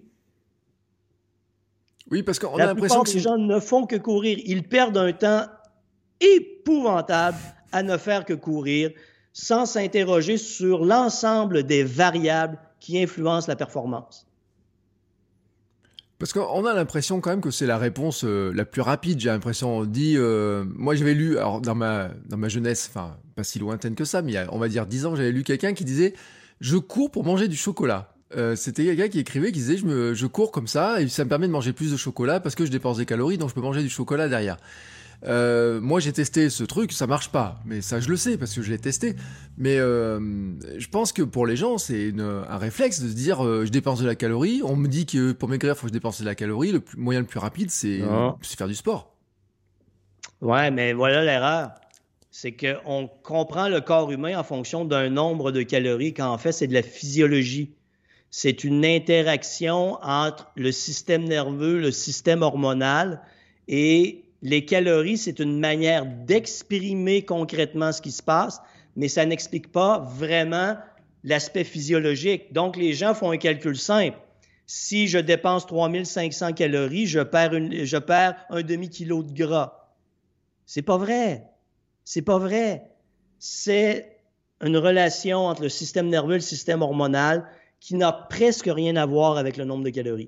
Speaker 2: Oui, parce qu'on a l'impression que...
Speaker 3: La plupart des gens ne font que courir. Ils perdent un temps épouvantable à ne faire que courir, sans s'interroger sur l'ensemble des variables qui influencent la performance.
Speaker 2: Parce qu'on a l'impression quand même que c'est la réponse euh, la plus rapide, j'ai l'impression. On dit, euh, moi j'avais lu, alors dans ma, dans ma jeunesse, enfin pas si lointaine que ça, mais il y a, on va dire dix ans, j'avais lu quelqu'un qui disait « Je cours pour manger du chocolat ». Euh, c'était quelqu'un qui écrivait, qui disait je, me, « Je cours comme ça et ça me permet de manger plus de chocolat parce que je dépense des calories, donc je peux manger du chocolat derrière ». Euh, moi j'ai testé ce truc, ça marche pas, mais ça je le sais parce que je l'ai testé. Mais euh, je pense que pour les gens c'est une, un réflexe de se dire euh, je dépense de la calorie. On me dit que pour maigrir il faut que je dépense de la calorie. Le plus, moyen le plus rapide c'est, euh, c'est faire du sport.
Speaker 3: Ouais, mais voilà l'erreur. C'est qu'on comprend le corps humain en fonction d'un nombre de calories quand en fait c'est de la physiologie. C'est une interaction entre le système nerveux, le système hormonal et les calories, c'est une manière d'exprimer concrètement ce qui se passe, mais ça n'explique pas vraiment l'aspect physiologique. Donc, les gens font un calcul simple. Si je dépense trois mille cinq cents calories, je perds, une, je perds un demi-kilo de gras. C'est pas vrai. C'est pas vrai. C'est une relation entre le système nerveux et le système hormonal qui n'a presque rien à voir avec le nombre de calories.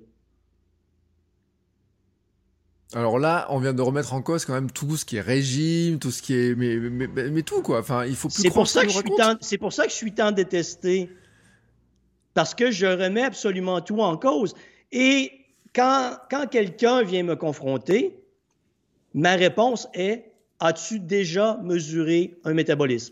Speaker 2: Alors là, on vient de remettre en cause quand même tout ce qui est régime, tout ce qui est... Mais, mais, mais, mais tout, quoi. Enfin, il faut plus
Speaker 3: c'est pour ça que
Speaker 2: je
Speaker 3: je suis tant, C'est pour ça que je suis tant détesté. Parce que je remets absolument tout en cause. Et quand, quand quelqu'un vient me confronter, ma réponse est « As-tu déjà mesuré un métabolisme?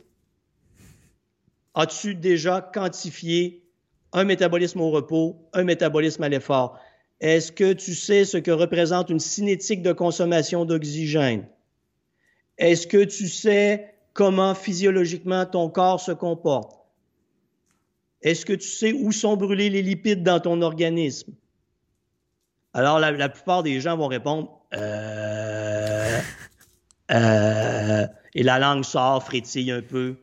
Speaker 3: As-tu déjà quantifié un métabolisme au repos, un métabolisme à l'effort? Est-ce que tu sais ce que représente une cinétique de consommation d'oxygène? Est-ce que tu sais comment physiologiquement ton corps se comporte? Est-ce que tu sais où sont brûlés les lipides dans ton organisme? Alors, la, la plupart des gens vont répondre euh, euh, et la langue sort, frétille un peu,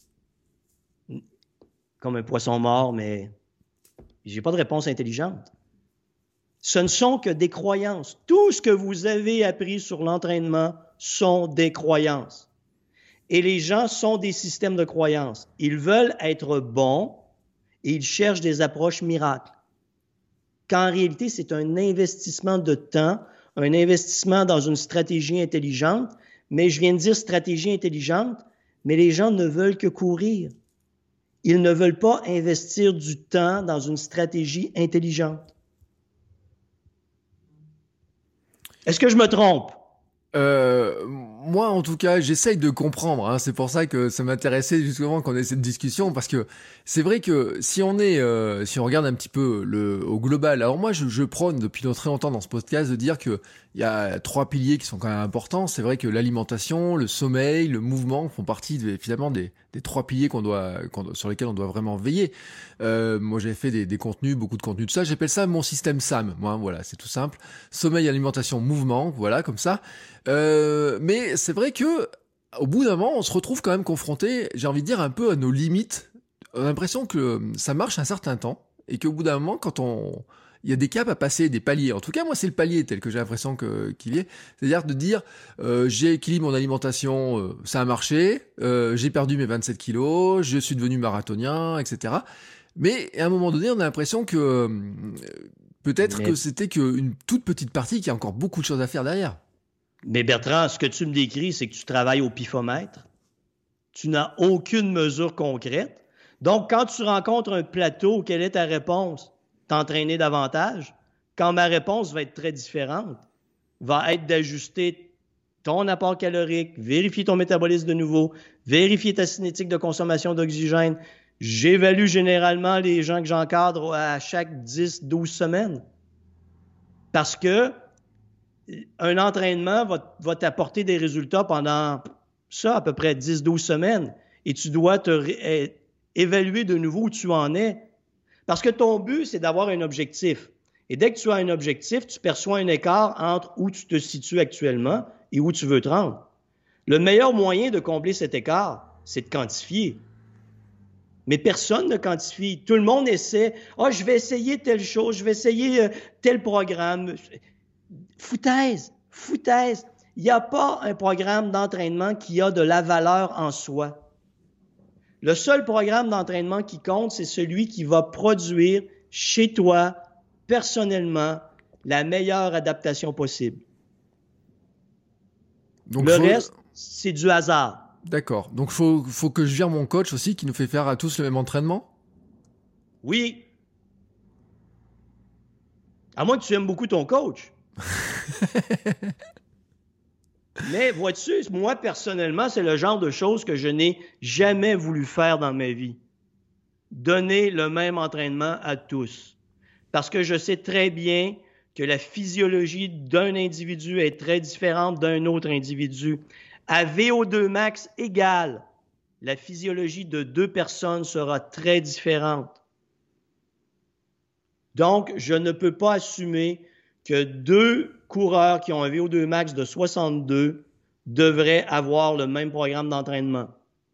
Speaker 3: comme un poisson mort, mais j'ai pas de réponse intelligente. Ce ne sont que des croyances. Tout ce que vous avez appris sur l'entraînement sont des croyances. Et les gens sont des systèmes de croyances. Ils veulent être bons et ils cherchent des approches miracles. Qu'en réalité, c'est un investissement de temps, un investissement dans une stratégie intelligente. Mais je viens de dire stratégie intelligente, mais les gens ne veulent que courir. Ils ne veulent pas investir du temps dans une stratégie intelligente. Est-ce que je me trompe?
Speaker 2: Euh, moi, en tout cas, j'essaye de comprendre. Hein. C'est pour ça que ça m'intéressait justement qu'on ait cette discussion, parce que c'est vrai que si on est, euh, si on regarde un petit peu le au global. Alors moi, je, je prône depuis très longtemps dans ce podcast de dire que il y a trois piliers qui sont quand même importants. C'est vrai que l'alimentation, le sommeil, le mouvement font partie de, finalement des, des trois piliers qu'on doit, qu'on doit, sur lesquels on doit vraiment veiller. Euh, moi, j'ai fait des, des contenus, beaucoup de contenus de ça. J'appelle ça mon système S A M. Moi, voilà, c'est tout simple. Sommeil, alimentation, mouvement, voilà, comme ça. Euh, mais c'est vrai que au bout d'un moment, on se retrouve quand même confronté, j'ai envie de dire, un peu à nos limites. On a l'impression que ça marche un certain temps et qu'au bout d'un moment, quand on il y a des caps à passer, des paliers. En tout cas, moi, c'est le palier tel que j'ai l'impression que, qu'il y est. C'est-à-dire de dire, euh, j'ai équilibré mon alimentation, euh, ça a marché, euh, j'ai perdu mes vingt-sept kilos, je suis devenu marathonien, et cetera. Mais à un moment donné, on a l'impression que euh, peut-être Mais... que c'était qu'une toute petite partie, qu'il y a encore beaucoup de choses à faire derrière.
Speaker 3: Mais Bertrand, ce que tu me décris, c'est que tu travailles au pifomètre. Tu n'as aucune mesure concrète. Donc, quand tu rencontres un plateau, quelle est ta réponse? T'entraîner davantage? Quand ma réponse va être très différente, va être d'ajuster ton apport calorique, vérifier ton métabolisme de nouveau, vérifier ta cinétique de consommation d'oxygène. J'évalue généralement les gens que j'encadre à chaque dix à douze semaines. Parce que un entraînement va, va t'apporter des résultats pendant ça, à peu près dix à douze semaines. Et tu dois te ré- évaluer de nouveau où tu en es. Parce que ton but, c'est d'avoir un objectif. Et dès que tu as un objectif, tu perçois un écart entre où tu te situes actuellement et où tu veux te rendre. Le meilleur moyen de combler cet écart, c'est de quantifier. Mais personne ne quantifie. Tout le monde essaie. « Ah, je vais essayer telle chose, je vais essayer euh, tel programme. » Foutaise, foutaise. Il n'y a pas un programme d'entraînement qui a de la valeur en soi. Le seul programme d'entraînement qui compte, c'est celui qui va produire chez toi, personnellement, la meilleure adaptation possible. Donc, le faut... reste, c'est du hasard.
Speaker 2: D'accord. Donc, il faut, faut que je vire mon coach aussi qui nous fait faire à tous le même entraînement?
Speaker 3: Oui. À moins que tu aimes beaucoup ton coach. Mais vois-tu, moi, personnellement, c'est le genre de choses que je n'ai jamais voulu faire dans ma vie. Donner le même entraînement à tous. Parce que je sais très bien que la physiologie d'un individu est très différente d'un autre individu. À V O deux max égale, la physiologie de deux personnes sera très différente. Donc, je ne peux pas assumer que deux coureurs qui ont un V O deux max de soixante-deux devraient avoir le même programme d'entraînement.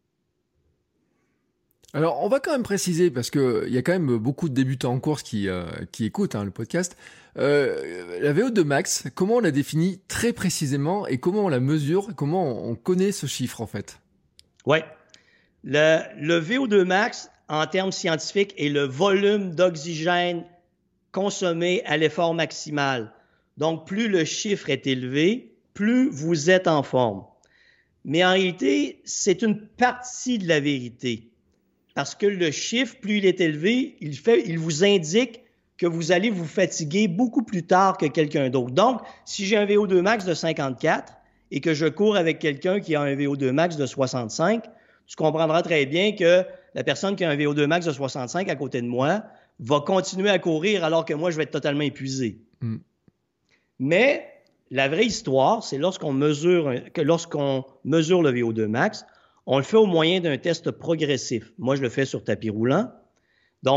Speaker 2: Alors, on va quand même préciser, parce qu'il y a quand même beaucoup de débutants en course qui, euh, qui écoutent hein, le podcast. Euh, la V O deux max, comment on la définit très précisément et comment on la mesure, comment on connaît ce chiffre en fait?
Speaker 3: Oui. Le, le V O deux max, en termes scientifiques, est le volume d'oxygène consommé à l'effort maximal. Donc, plus le chiffre est élevé, plus vous êtes en forme. Mais en réalité, c'est une partie de la vérité. Parce que le chiffre, plus il est élevé, il, fait, il vous indique que vous allez vous fatiguer beaucoup plus tard que quelqu'un d'autre. Donc, si j'ai un V O deux max de cinquante-quatre et que je cours avec quelqu'un qui a un V O deux max de soixante-cinq, tu comprendras très bien que la personne qui a un V O deux max de soixante-cinq à côté de moi va continuer à courir alors que moi, je vais être totalement épuisé. Mm. Mais la vraie histoire, c'est lorsqu'on mesure, que lorsqu'on mesure le V O deux max, on le fait au moyen d'un test progressif. Moi, je le fais sur tapis roulant. Donc,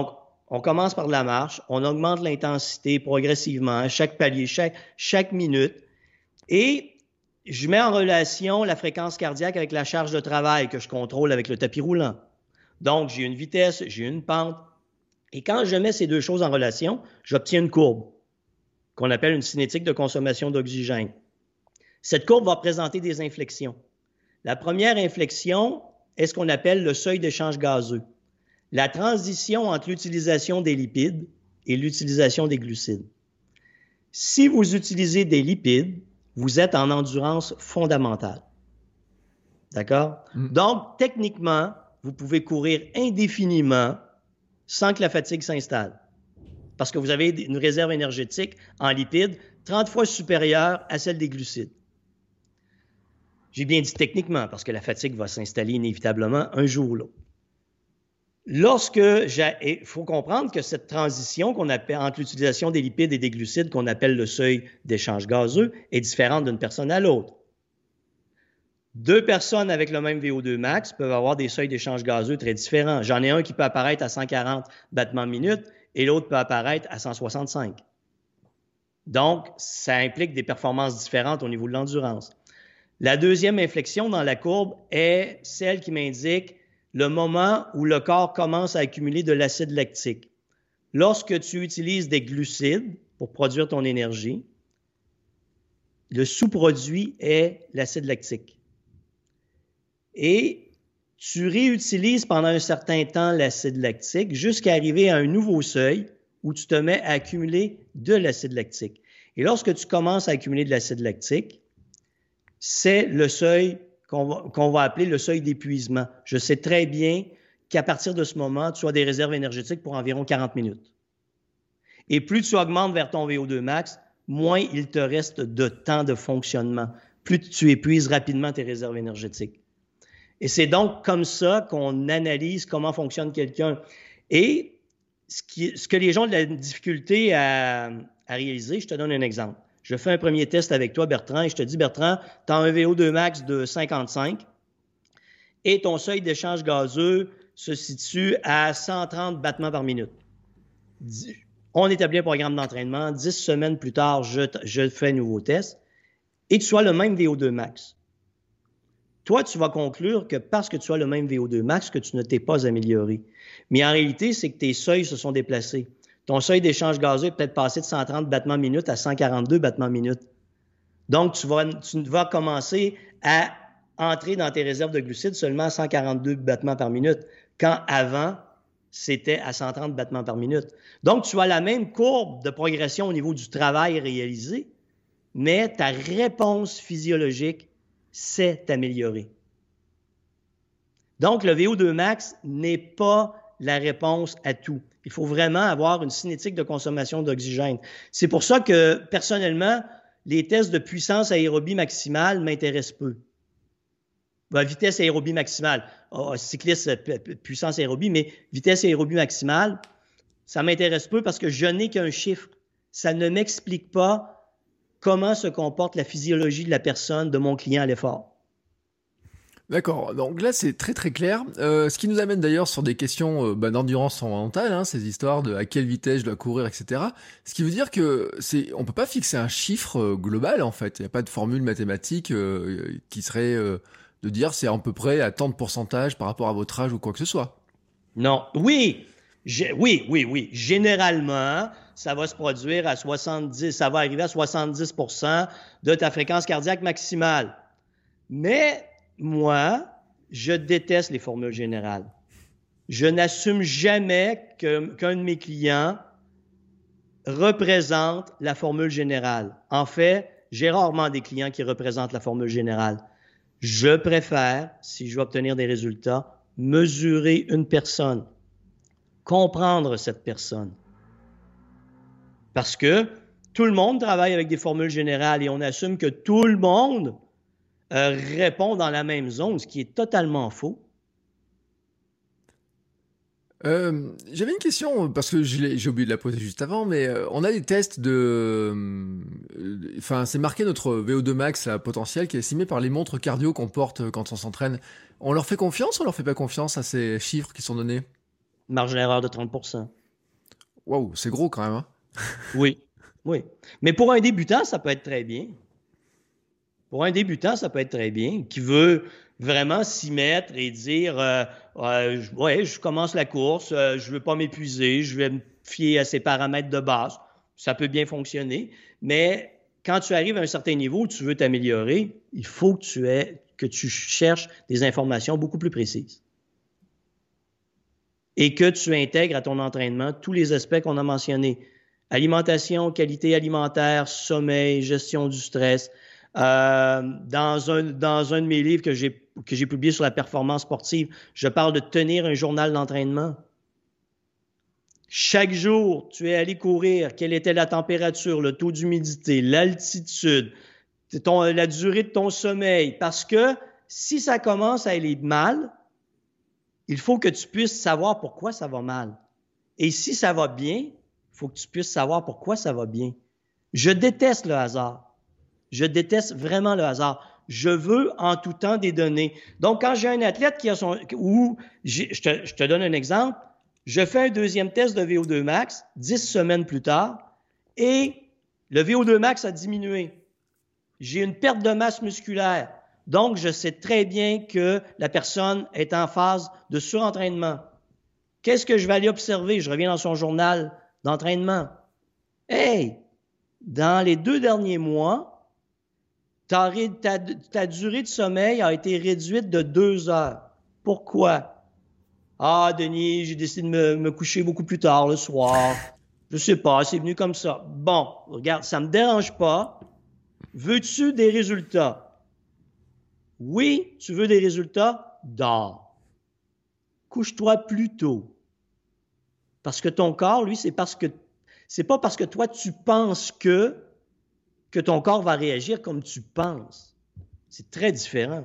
Speaker 3: on commence par de la marche, on augmente l'intensité progressivement, chaque palier, chaque, chaque minute, et je mets en relation la fréquence cardiaque avec la charge de travail que je contrôle avec le tapis roulant. Donc, j'ai une vitesse, j'ai une pente, et quand je mets ces deux choses en relation, j'obtiens une courbe qu'on appelle une cinétique de consommation d'oxygène. Cette courbe va présenter des inflexions. La première inflexion est ce qu'on appelle le seuil d'échange gazeux. La transition entre l'utilisation des lipides et l'utilisation des glucides. Si vous utilisez des lipides, vous êtes en endurance fondamentale. D'accord? Mm. Donc, techniquement, vous pouvez courir indéfiniment sans que la fatigue s'installe. Parce que vous avez une réserve énergétique en lipides trente fois supérieure à celle des glucides. J'ai bien dit techniquement, parce que la fatigue va s'installer inévitablement un jour ou l'autre. Lorsque j'ai, il faut comprendre que cette transition qu'on appelle entre l'utilisation des lipides et des glucides, qu'on appelle le seuil d'échange gazeux, est différente d'une personne à l'autre. Deux personnes avec le même V O deux max peuvent avoir des seuils d'échange gazeux très différents. J'en ai un qui peut apparaître à cent quarante battements minute et l'autre peut apparaître à cent soixante-cinq. Donc, ça implique des performances différentes au niveau de l'endurance. La deuxième inflexion dans la courbe est celle qui m'indique le moment où le corps commence à accumuler de l'acide lactique. Lorsque tu utilises des glucides pour produire ton énergie, le sous-produit est l'acide lactique. Et tu réutilises pendant un certain temps l'acide lactique jusqu'à arriver à un nouveau seuil où tu te mets à accumuler de l'acide lactique. Et lorsque tu commences à accumuler de l'acide lactique, c'est le seuil qu'on va, qu'on va appeler le seuil d'épuisement. Je sais très bien qu'à partir de ce moment, tu as des réserves énergétiques pour environ quarante minutes. Et plus tu augmentes vers ton V O deux max, moins il te reste de temps de fonctionnement, plus tu épuises rapidement tes réserves énergétiques. Et c'est donc comme ça qu'on analyse comment fonctionne quelqu'un. Et ce, qui, ce que les gens ont de la difficulté à, à réaliser, je te donne un exemple. Je fais un premier test avec toi, Bertrand, et je te dis, Bertrand, tu as un V O deux max de cinquante-cinq et ton seuil d'échange gazeux se situe à cent trente battements par minute. On établit un programme d'entraînement. dix semaines plus tard, je, je fais un nouveau test et tu as le même V O deux max. Toi, tu vas conclure que parce que tu as le même V O deux max, que tu ne t'es pas amélioré. Mais en réalité, c'est que tes seuils se sont déplacés. Ton seuil d'échange gazeux est peut-être passé de cent trente battements minute à cent quarante-deux battements minute. Donc, tu vas, tu vas commencer à entrer dans tes réserves de glucides seulement à cent quarante-deux battements par minute, quand avant, c'était à cent trente battements par minute. Donc, tu as la même courbe de progression au niveau du travail réalisé, mais ta réponse physiologique s'est améliorée. Donc, le V O deux max n'est pas la réponse à tout. Il faut vraiment avoir une cinétique de consommation d'oxygène. C'est pour ça que, personnellement, les tests de puissance aérobie maximale m'intéressent peu. Ben, vitesse aérobie maximale, oh, cycliste puissance aérobie, mais vitesse aérobie maximale, ça m'intéresse peu parce que je n'ai qu'un chiffre. Ça ne m'explique pas comment se comporte la physiologie de la personne, de mon client à l'effort.
Speaker 2: D'accord, donc là c'est très très clair, euh, ce qui nous amène d'ailleurs sur des questions euh, bah, d'endurance fondamentale, hein, ces histoires de à quelle vitesse je dois courir, et cetera. Ce qui veut dire que c'est, on peut pas fixer un chiffre euh, global en fait, il n'y a pas de formule mathématique euh, qui serait euh, de dire c'est à peu près à tant de pourcentage par rapport à votre âge ou quoi que ce soit.
Speaker 3: Non, oui, G- oui, oui, oui, généralement, ça va se produire à soixante-dix, ça va arriver à soixante-dix pour cent de ta fréquence cardiaque maximale. Mais moi, je déteste les formules générales. Je n'assume jamais que, qu'un de mes clients représente la formule générale. En fait, j'ai rarement des clients qui représentent la formule générale. Je préfère, si je veux obtenir des résultats, mesurer une personne, comprendre cette personne. Parce que tout le monde travaille avec des formules générales et on assume que tout le monde Euh, répond dans la même zone, ce qui est totalement faux.
Speaker 2: Euh, j'avais une question, parce que je l'ai, j'ai oublié de la poser juste avant, mais euh, on a des tests de... Enfin, euh, c'est marqué notre V O deux max là, potentiel qui est estimé par les montres cardio qu'on porte quand on s'entraîne. On leur fait confiance ou on leur fait pas confiance à ces chiffres qui sont donnés?
Speaker 3: Marge d'erreur de trente pour cent.
Speaker 2: Waouh, c'est gros quand même. Hein.
Speaker 3: Oui, oui. Mais pour un débutant, ça peut être très bien. Pour un débutant, ça peut être très bien, qui veut vraiment s'y mettre et dire euh, euh, ouais, je commence la course, euh, je ne veux pas m'épuiser, je vais me fier à ces paramètres de base. Ça peut bien fonctionner, mais quand tu arrives à un certain niveau où tu veux t'améliorer, il faut que tu aies, que tu cherches des informations beaucoup plus précises. Et que tu intègres à ton entraînement tous les aspects qu'on a mentionnés. Alimentation, qualité alimentaire, sommeil, gestion du stress. Euh, dans, un, dans un de mes livres que j'ai, que j'ai publié sur la performance sportive, je parle de tenir un journal d'entraînement. Chaque jour, tu es allé courir, quelle était la température, le taux d'humidité, l'altitude, ton, la durée de ton sommeil. Parce que si ça commence à aller mal, il faut que tu puisses savoir pourquoi ça va mal. Et si ça va bien, il faut que tu puisses savoir pourquoi ça va bien. Je déteste le hasard. Je déteste vraiment le hasard. Je veux en tout temps des données. Donc, quand j'ai un athlète qui a son... ou j'ai, je, te, je te donne un exemple, je fais un deuxième test de V O deux max dix semaines plus tard et le V O deux max a diminué. J'ai une perte de masse musculaire. Donc, je sais très bien que la personne est en phase de surentraînement. Qu'est-ce que je vais aller observer? Je reviens dans son journal d'entraînement. Hey, dans les deux derniers mois, Ta, ta, ta durée de sommeil a été réduite de deux heures. Pourquoi? Ah, Denis, j'ai décidé de me, me coucher beaucoup plus tard le soir. Je sais pas, c'est venu comme ça. Bon, regarde, ça me dérange pas. Veux-tu des résultats? Oui, tu veux des résultats? Dors. Couche-toi plus tôt. Parce que ton corps, lui, c'est parce que c'est pas parce que toi, tu penses que que ton corps va réagir comme tu penses. C'est très différent.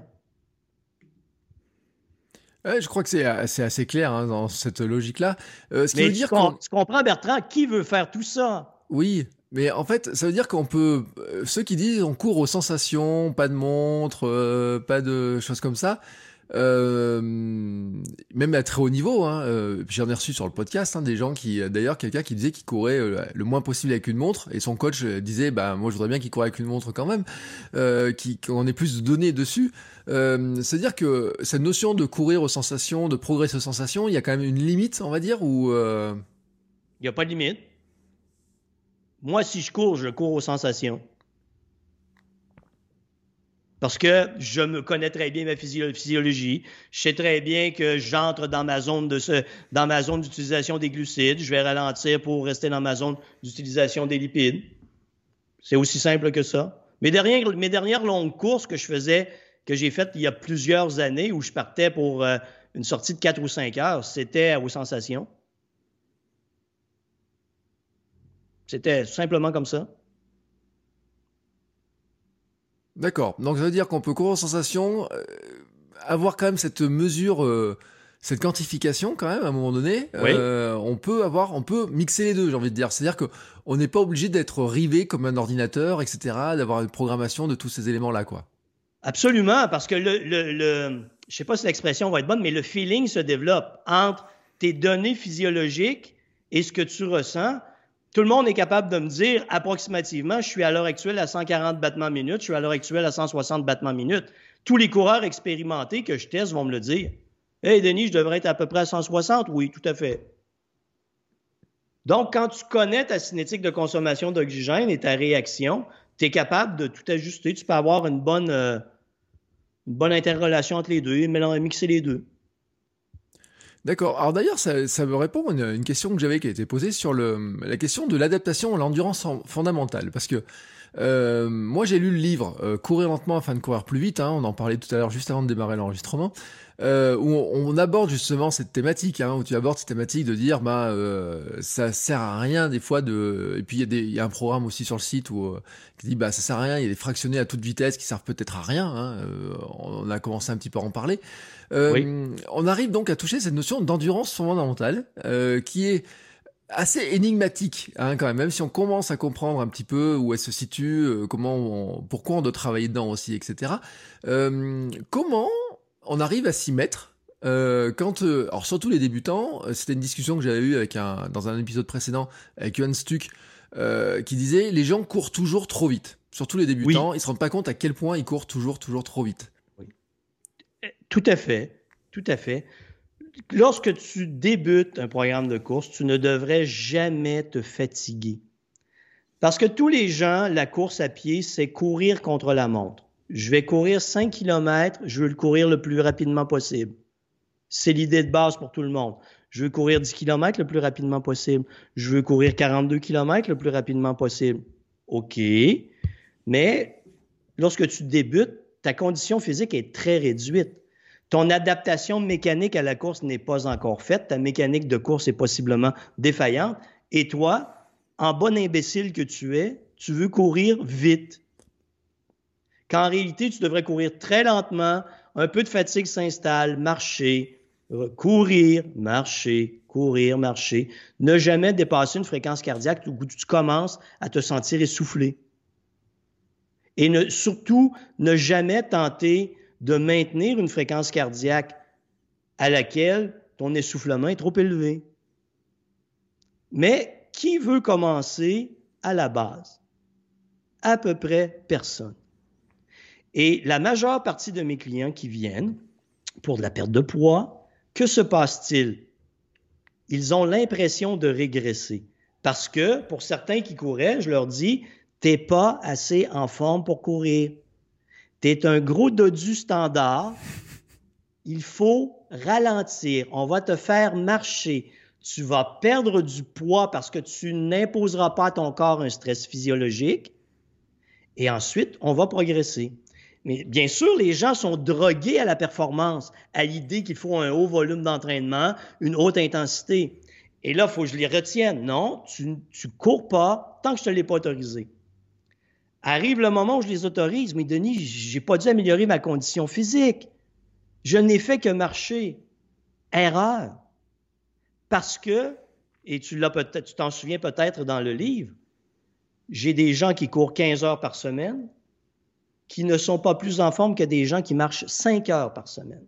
Speaker 2: Ouais, je crois que c'est, c'est assez clair hein, dans cette logique-là. Euh, ce qui
Speaker 3: mais
Speaker 2: veut
Speaker 3: tu,
Speaker 2: dire
Speaker 3: com-
Speaker 2: qu'on...
Speaker 3: tu comprends, Bertrand, qui veut faire tout ça?
Speaker 2: Oui, mais en fait, ça veut dire qu'on peut... euh, Ceux qui disent on court aux sensations, pas de montre, euh, pas de choses comme ça, euh, même à très haut niveau, hein, euh, j'en ai reçu sur le podcast hein, des gens qui, d'ailleurs quelqu'un qui disait qu'il courait euh, le moins possible avec une montre et son coach euh, disait bah moi je voudrais bien qu'il court avec une montre quand même, euh, qui, qu'on ait plus de données dessus. Euh, c'est-à-dire que cette notion de courir aux sensations, de progresser aux sensations, il y a quand même une limite, on va dire, ou euh...
Speaker 3: Il n'y a pas de limite. Moi, si je cours, je cours aux sensations. Parce que je me connais très bien ma physio- physiologie. Je sais très bien que j'entre dans ma zone de ce, dans ma zone d'utilisation des glucides. Je vais ralentir pour rester dans ma zone d'utilisation des lipides. C'est aussi simple que ça. Mes dernières, mes dernières longues courses que je faisais, que j'ai faites il y a plusieurs années, où je partais pour euh, une sortie de quatre ou cinq heures, c'était aux sensations. C'était simplement comme ça.
Speaker 2: D'accord. Donc ça veut dire qu'on peut courir aux sensations, euh, avoir quand même cette mesure, euh, cette quantification quand même à un moment donné.
Speaker 3: Oui.
Speaker 2: Euh, on peut avoir, on peut mixer les deux, j'ai envie de dire. C'est-à-dire que on n'est pas obligé d'être rivé comme un ordinateur, et cetera. D'avoir une programmation de tous ces éléments-là, quoi.
Speaker 3: Absolument, parce que le, le, le je sais pas si l'expression va être bonne, mais le feeling se développe entre tes données physiologiques et ce que tu ressens. Tout le monde est capable de me dire approximativement, je suis à l'heure actuelle à cent quarante battements minutes, je suis à l'heure actuelle à cent soixante battements minutes. Tous les coureurs expérimentés que je teste vont me le dire. Hey Denis, je devrais être à peu près à cent soixante? Oui, tout à fait. Donc, quand tu connais ta cinétique de consommation d'oxygène et ta réaction, tu es capable de tout ajuster. Tu peux avoir une bonne, euh, une bonne interrelation entre les deux, mixer les deux.
Speaker 2: D'accord. Alors d'ailleurs, ça, ça me répond à une, une question que j'avais qui a été posée sur le, la question de l'adaptation à l'endurance fondamentale. Parce que euh, moi, j'ai lu le livre euh, Courir lentement afin de courir plus vite. Hein, on en parlait tout à l'heure juste avant de démarrer l'enregistrement. Euh, où on, on aborde justement cette thématique, hein, où tu abordes cette thématique de dire, bah, euh, ça sert à rien des fois de. Et puis il y a des, il y a un programme aussi sur le site où euh, qui dit, bah, ça sert à rien. Il y a des fractionnés à toute vitesse qui servent peut-être à rien. Hein, euh, on a commencé un petit peu à en parler. Euh,
Speaker 3: Oui.
Speaker 2: On arrive donc à toucher cette notion d'endurance fondamentale, euh, qui est assez énigmatique, hein, quand même. Même si on commence à comprendre un petit peu où elle se situe, euh, comment, on, pourquoi on doit travailler dedans aussi, et cetera. Euh, comment on arrive à s'y mettre Euh, quand, euh, alors surtout les débutants, euh, c'était une discussion que j'avais eue avec un, dans un épisode précédent avec Johan Stuck, euh, qui disait les gens courent toujours trop vite. Surtout les débutants,
Speaker 3: Oui.
Speaker 2: ils se rendent pas compte à quel point ils courent toujours, toujours trop vite.
Speaker 3: Oui. Tout à fait, tout à fait. Lorsque tu débutes un programme de course, tu ne devrais jamais te fatiguer. Parce que tous les gens, la course à pied, c'est courir contre la montre. Je vais courir cinq kilomètres, je veux le courir le plus rapidement possible. C'est l'idée de base pour tout le monde. Je veux courir dix kilomètres le plus rapidement possible. Je veux courir quarante-deux kilomètres le plus rapidement possible. OK, mais lorsque tu débutes, ta condition physique est très réduite. Ton adaptation mécanique à la course n'est pas encore faite. Ta mécanique de course est possiblement défaillante. Et toi, en bon imbécile que tu es, tu veux courir vite. Qu'en réalité, tu devrais courir très lentement, un peu de fatigue s'installe, marcher, courir, marcher, courir, marcher. Ne jamais dépasser une fréquence cardiaque où tu commences à te sentir essoufflé. Et ne, surtout, ne jamais tenter de maintenir une fréquence cardiaque à laquelle ton essoufflement est trop élevé. Mais qui veut commencer à la base? À peu près personne. Et la majeure partie de mes clients qui viennent pour de la perte de poids, que se passe-t-il? Ils ont l'impression de régresser. Parce que pour certains qui couraient, je leur dis, t'es pas assez en forme pour courir. T'es un gros dodu standard. Il faut ralentir. On va te faire marcher. Tu vas perdre du poids parce que tu n'imposeras pas à ton corps un stress physiologique. Et ensuite, on va progresser. Mais bien sûr, les gens sont drogués à la performance, à l'idée qu'il faut un haut volume d'entraînement, une haute intensité. Et là, il faut que je les retienne. Non, tu ne cours pas tant que je ne te l'ai pas autorisé. Arrive le moment où je les autorise. Mais Denis, je n'ai pas dû améliorer ma condition physique. Je n'ai fait que marcher. Erreur. Parce que, et tu l'as peut-être, tu t'en souviens peut-être dans le livre, j'ai des gens qui courent quinze heures par semaine, qui ne sont pas plus en forme que des gens qui marchent cinq heures par semaine.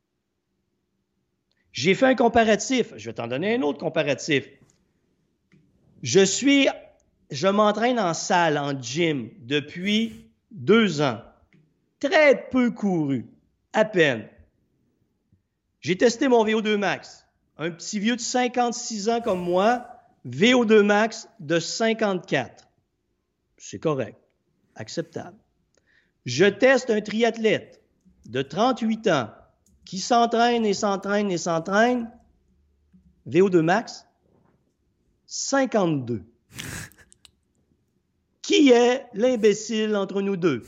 Speaker 3: J'ai fait un comparatif. Je vais t'en donner un autre comparatif. Je suis, je m'entraîne en salle, en gym, depuis deux ans. Très peu couru, à peine. J'ai testé mon V O deux max. Un petit vieux de cinquante-six ans comme moi, V O deux max de cinquante-quatre. C'est correct, acceptable. Je teste un triathlète de trente-huit ans qui s'entraîne et s'entraîne et s'entraîne. V O deux max, cinquante-deux. Qui est l'imbécile entre nous deux?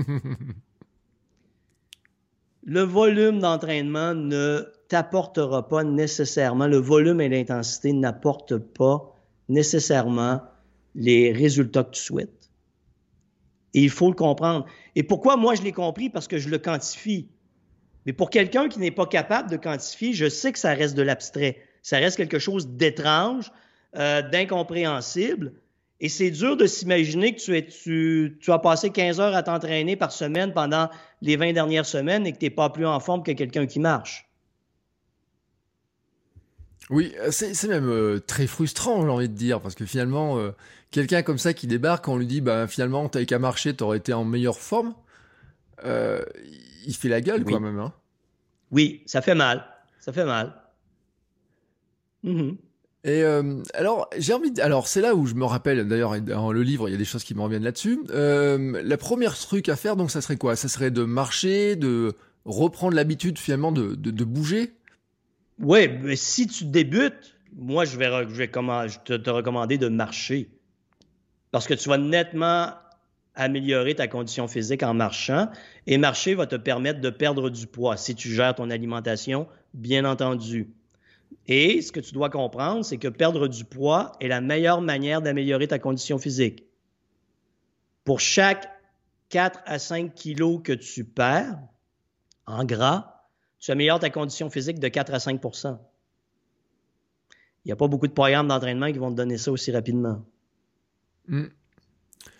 Speaker 3: Le volume d'entraînement ne t'apportera pas nécessairement, le volume et l'intensité n'apportent pas nécessairement les résultats que tu souhaites. Et il faut le comprendre. Et pourquoi moi je l'ai compris? Parce que je le quantifie. Mais pour quelqu'un qui n'est pas capable de quantifier, je sais que ça reste de l'abstrait. Ça reste quelque chose d'étrange, euh, d'incompréhensible. Et c'est dur de s'imaginer que tu, es, tu, tu as passé quinze heures à t'entraîner par semaine pendant les vingt dernières semaines et que tu n'es pas plus en forme que quelqu'un qui marche.
Speaker 2: Oui, c'est, c'est même euh, très frustrant, j'ai envie de dire, parce que finalement, euh, quelqu'un comme ça qui débarque, on lui dit, bah, finalement, t'avais qu'à marcher, t'aurais été en meilleure forme, euh, il fait la gueule,
Speaker 3: Oui.
Speaker 2: quand même. Hein.
Speaker 3: Oui, ça fait mal. Ça fait mal. Mm-hmm.
Speaker 2: Et euh, alors, j'ai envie de... Alors, c'est là où je me rappelle, d'ailleurs, dans le livre, il y a des choses qui me reviennent là-dessus. Euh, la première truc à faire, donc, ça serait quoi? Ça serait de marcher, de reprendre l'habitude, finalement, de, de, de bouger?
Speaker 3: Oui, mais si tu débutes, moi, je vais, je vais comment, je te, te recommander de marcher. Parce que tu vas nettement améliorer ta condition physique en marchant. Et marcher va te permettre de perdre du poids si tu gères ton alimentation, bien entendu. Et ce que tu dois comprendre, c'est que perdre du poids est la meilleure manière d'améliorer ta condition physique. Pour chaque quatre à cinq kilos que tu perds en gras, tu améliores ta condition physique de quatre à cinq pour cent. Il n'y a pas beaucoup de programmes d'entraînement qui vont te donner ça aussi rapidement.
Speaker 2: Mmh.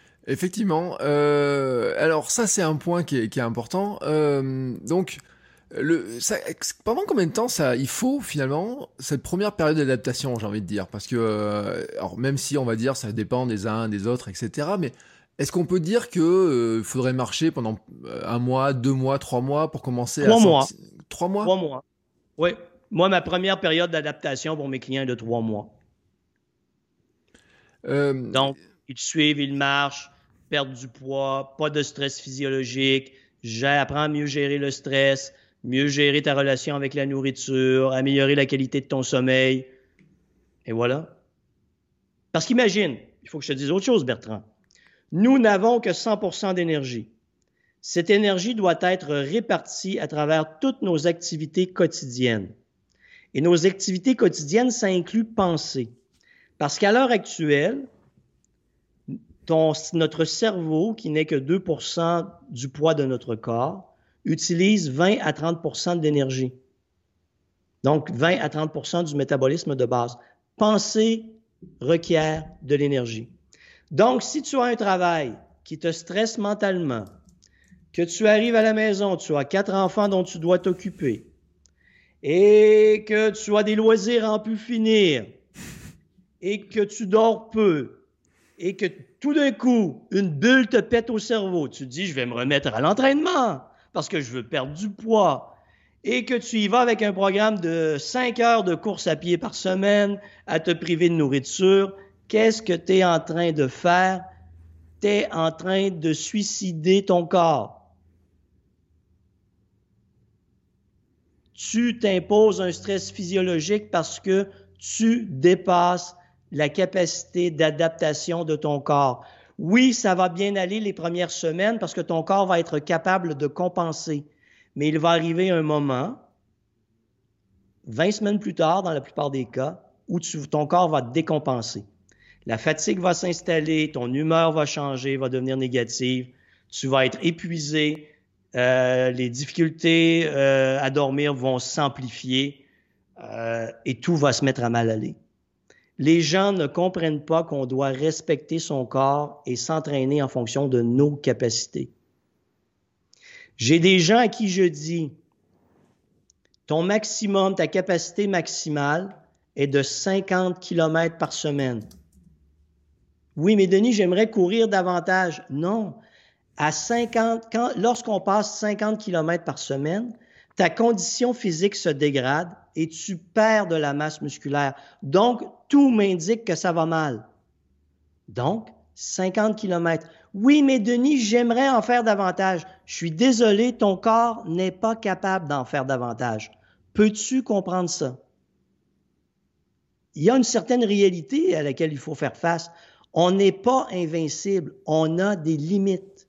Speaker 2: Effectivement. Euh, alors ça, c'est un point qui est, qui est important. Euh, donc, Le, ça, pendant combien de temps ça, il faut finalement cette première période d'adaptation, j'ai envie de dire, parce que euh, alors même si on va dire ça dépend des uns des autres, et cetera. Mais est-ce qu'on peut dire que euh, faudrait marcher pendant un mois, deux mois, trois mois pour commencer
Speaker 3: trois
Speaker 2: à
Speaker 3: mois.
Speaker 2: sentir... Trois mois.
Speaker 3: Trois mois. Oui. Moi, ma première période d'adaptation pour mes clients est de trois mois. Euh... Donc, ils te suivent, ils marchent, perdent du poids, pas de stress physiologique, apprends à mieux gérer le stress, mieux gérer ta relation avec la nourriture, améliorer la qualité de ton sommeil. Et voilà. Parce qu'imagine, il faut que je te dise autre chose, Bertrand. Nous n'avons que cent pour cent d'énergie. Cette énergie doit être répartie à travers toutes nos activités quotidiennes. Et nos activités quotidiennes, ça inclut penser. Parce qu'à l'heure actuelle, ton, notre cerveau, qui n'est que deux pour cent du poids de notre corps, utilise vingt à trente pour cent d'énergie. Donc, vingt à trente pour cent du métabolisme de base. Penser requiert de l'énergie. Donc, si tu as un travail qui te stresse mentalement, que tu arrives à la maison, tu as quatre enfants dont tu dois t'occuper, et que tu as des loisirs à en plus finir, et que tu dors peu, et que tout d'un coup, une bulle te pète au cerveau, tu te dis, je vais me remettre à l'entraînement, parce que je veux perdre du poids, et que tu y vas avec un programme de cinq heures de course à pied par semaine, à te priver de nourriture, qu'est-ce que tu es en train de faire? Tu es en train de suicider ton corps. Tu t'imposes un stress physiologique parce que tu dépasses la capacité d'adaptation de ton corps. Oui, ça va bien aller les premières semaines parce que ton corps va être capable de compenser. Mais il va arriver un moment, vingt semaines plus tard, dans la plupart des cas, où tu, ton corps va décompenser. La fatigue va s'installer, ton humeur va changer, va devenir négative, tu vas être épuisé, euh, les difficultés euh, à dormir vont s'amplifier euh, et tout va se mettre à mal aller. Les gens ne comprennent pas qu'on doit respecter son corps et s'entraîner en fonction de nos capacités. J'ai des gens à qui je dis, ton maximum, ta capacité maximale est de cinquante kilomètres par semaine. Oui, mais Denis, j'aimerais courir davantage. Non. À cinquante, quand, lorsqu'on passe cinquante kilomètres par semaine, ta condition physique se dégrade et tu perds de la masse musculaire. Donc, tout m'indique que ça va mal. Donc, cinquante kilomètres. Oui, mais Denis, j'aimerais en faire davantage. Je suis désolé, ton corps n'est pas capable d'en faire davantage. Peux-tu comprendre ça? Il y a une certaine réalité à laquelle il faut faire face. On n'est pas invincible, on a des limites.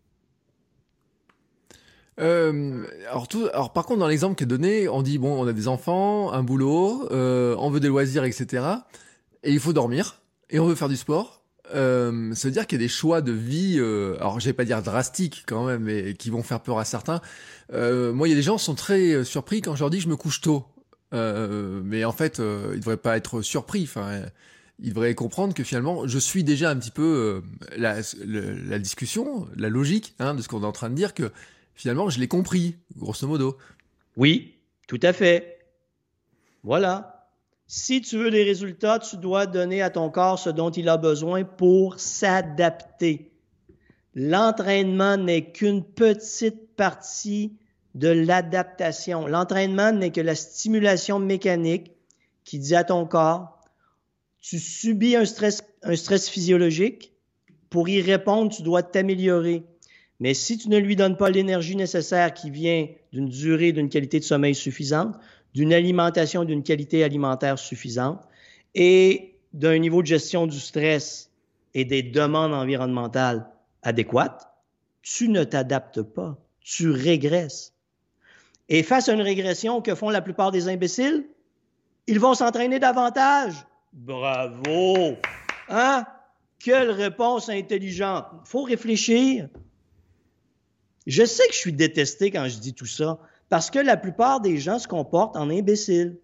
Speaker 2: Euh, alors, tout, alors par contre, dans l'exemple qui est donné, on dit, bon, on a des enfants, un boulot, euh, on veut des loisirs, et cetera. Et il faut dormir, et on veut faire du sport. Euh, ça veut dire qu'il y a des choix de vie, euh, alors je vais pas dire drastiques quand même, mais qui vont faire peur à certains. Euh, moi, il y a des gens qui sont très surpris quand je leur dis je me couche tôt. Euh, mais en fait, euh, ils devraient pas être surpris. Enfin, ils devraient comprendre que finalement, je suis déjà un petit peu euh, la, le, la discussion, la logique hein, de ce qu'on est en train de dire, que finalement, je l'ai compris, grosso modo.
Speaker 3: Oui, tout à fait. Voilà. Si tu veux des résultats, tu dois donner à ton corps ce dont il a besoin pour s'adapter. L'entraînement n'est qu'une petite partie de l'adaptation. L'entraînement n'est que la stimulation mécanique qui dit à ton corps, tu subis un stress, un stress physiologique, pour y répondre, tu dois t'améliorer. Mais si tu ne lui donnes pas l'énergie nécessaire qui vient d'une durée, d'une qualité de sommeil suffisante, d'une alimentation, d'une qualité alimentaire suffisante et d'un niveau de gestion du stress et des demandes environnementales adéquates, tu ne t'adaptes pas, tu régresses. Et face à une régression, que font la plupart des imbéciles? Ils vont s'entraîner davantage. Bravo! Hein? Quelle réponse intelligente! Il faut réfléchir. Je sais que je suis détesté quand je dis tout ça, parce que la plupart des gens se comportent en imbéciles.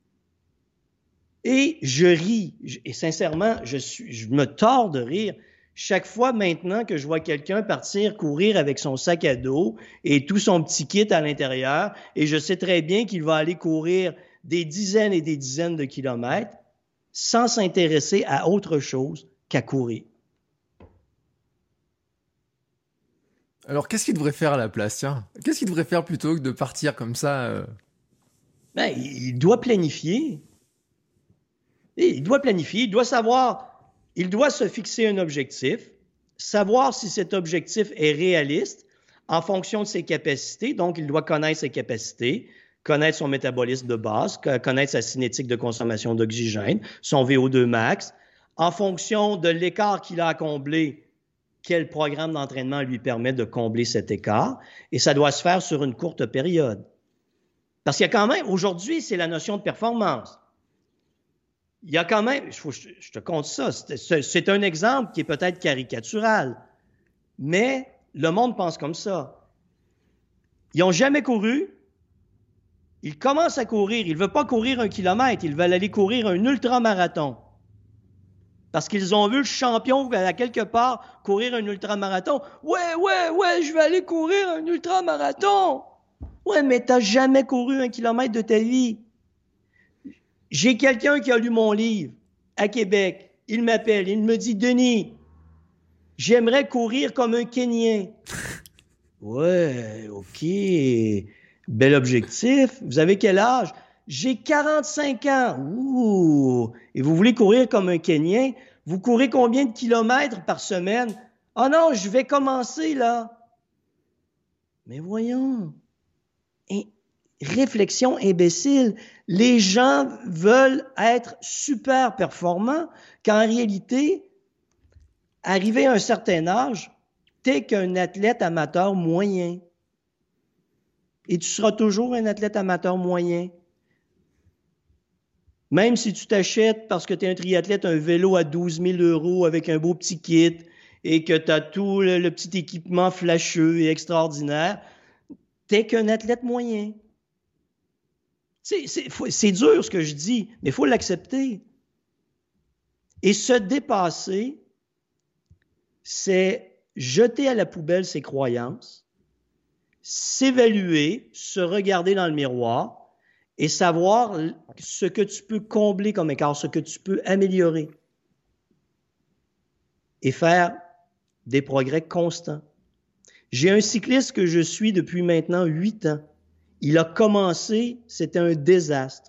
Speaker 3: Et je ris, et sincèrement, je, suis, je me tords de rire. Chaque fois maintenant que je vois quelqu'un partir courir avec son sac à dos et tout son petit kit à l'intérieur, et je sais très bien qu'il va aller courir des dizaines et des dizaines de kilomètres sans s'intéresser à autre chose qu'à courir.
Speaker 2: Alors, qu'est-ce qu'il devrait faire à la place, tiens? Qu'est-ce qu'il devrait faire plutôt que de partir comme ça euh...
Speaker 3: Ben, il doit planifier. Il doit planifier, il doit savoir... Il doit se fixer un objectif, savoir si cet objectif est réaliste en fonction de ses capacités. Donc, il doit connaître ses capacités, connaître son métabolisme de base, connaître sa cinétique de consommation d'oxygène, son V O deux max. En fonction de l'écart qu'il a à combler, quel programme d'entraînement lui permet de combler cet écart. Et ça doit se faire sur une courte période. Parce qu'il y a quand même, aujourd'hui, c'est la notion de performance. Il y a quand même, je, je te compte ça, c'est, c'est un exemple qui est peut-être caricatural, mais le monde pense comme ça. Ils n'ont jamais couru, ils commencent à courir, ils ne veulent pas courir un kilomètre, ils veulent aller courir un ultramarathon. Parce qu'ils ont vu le champion à quelque part courir un ultramarathon. Ouais, ouais, ouais, je vais aller courir un ultramarathon. Ouais, mais tu n'as jamais couru un kilomètre de ta vie. J'ai quelqu'un qui a lu mon livre à Québec. Il m'appelle, il me dit « Denis, j'aimerais courir comme un Kenyan. » Ouais, OK. Bel objectif. Vous avez quel âge? J'ai quarante-cinq ans. Ouh! Et vous voulez courir comme un Kenyan? Vous courez combien de kilomètres par semaine? Ah non, je vais commencer là. Mais voyons. Et réflexion imbécile. Les gens veulent être super performants quand en réalité, arrivé à un certain âge, t'es qu'un athlète amateur moyen. Et tu seras toujours un athlète amateur moyen. Même si tu t'achètes, parce que tu es un triathlète, un vélo à douze mille euros avec un beau petit kit et que tu as tout le, le petit équipement flasheux et extraordinaire, t'es qu'un athlète moyen. C'est, c'est, faut, c'est dur ce que je dis, mais il faut l'accepter. Et se dépasser, c'est jeter à la poubelle ses croyances, s'évaluer, se regarder dans le miroir et savoir ce que tu peux combler comme écart, ce que tu peux améliorer et faire des progrès constants. J'ai un cycliste que je suis depuis maintenant huit ans. Il a commencé, c'était un désastre.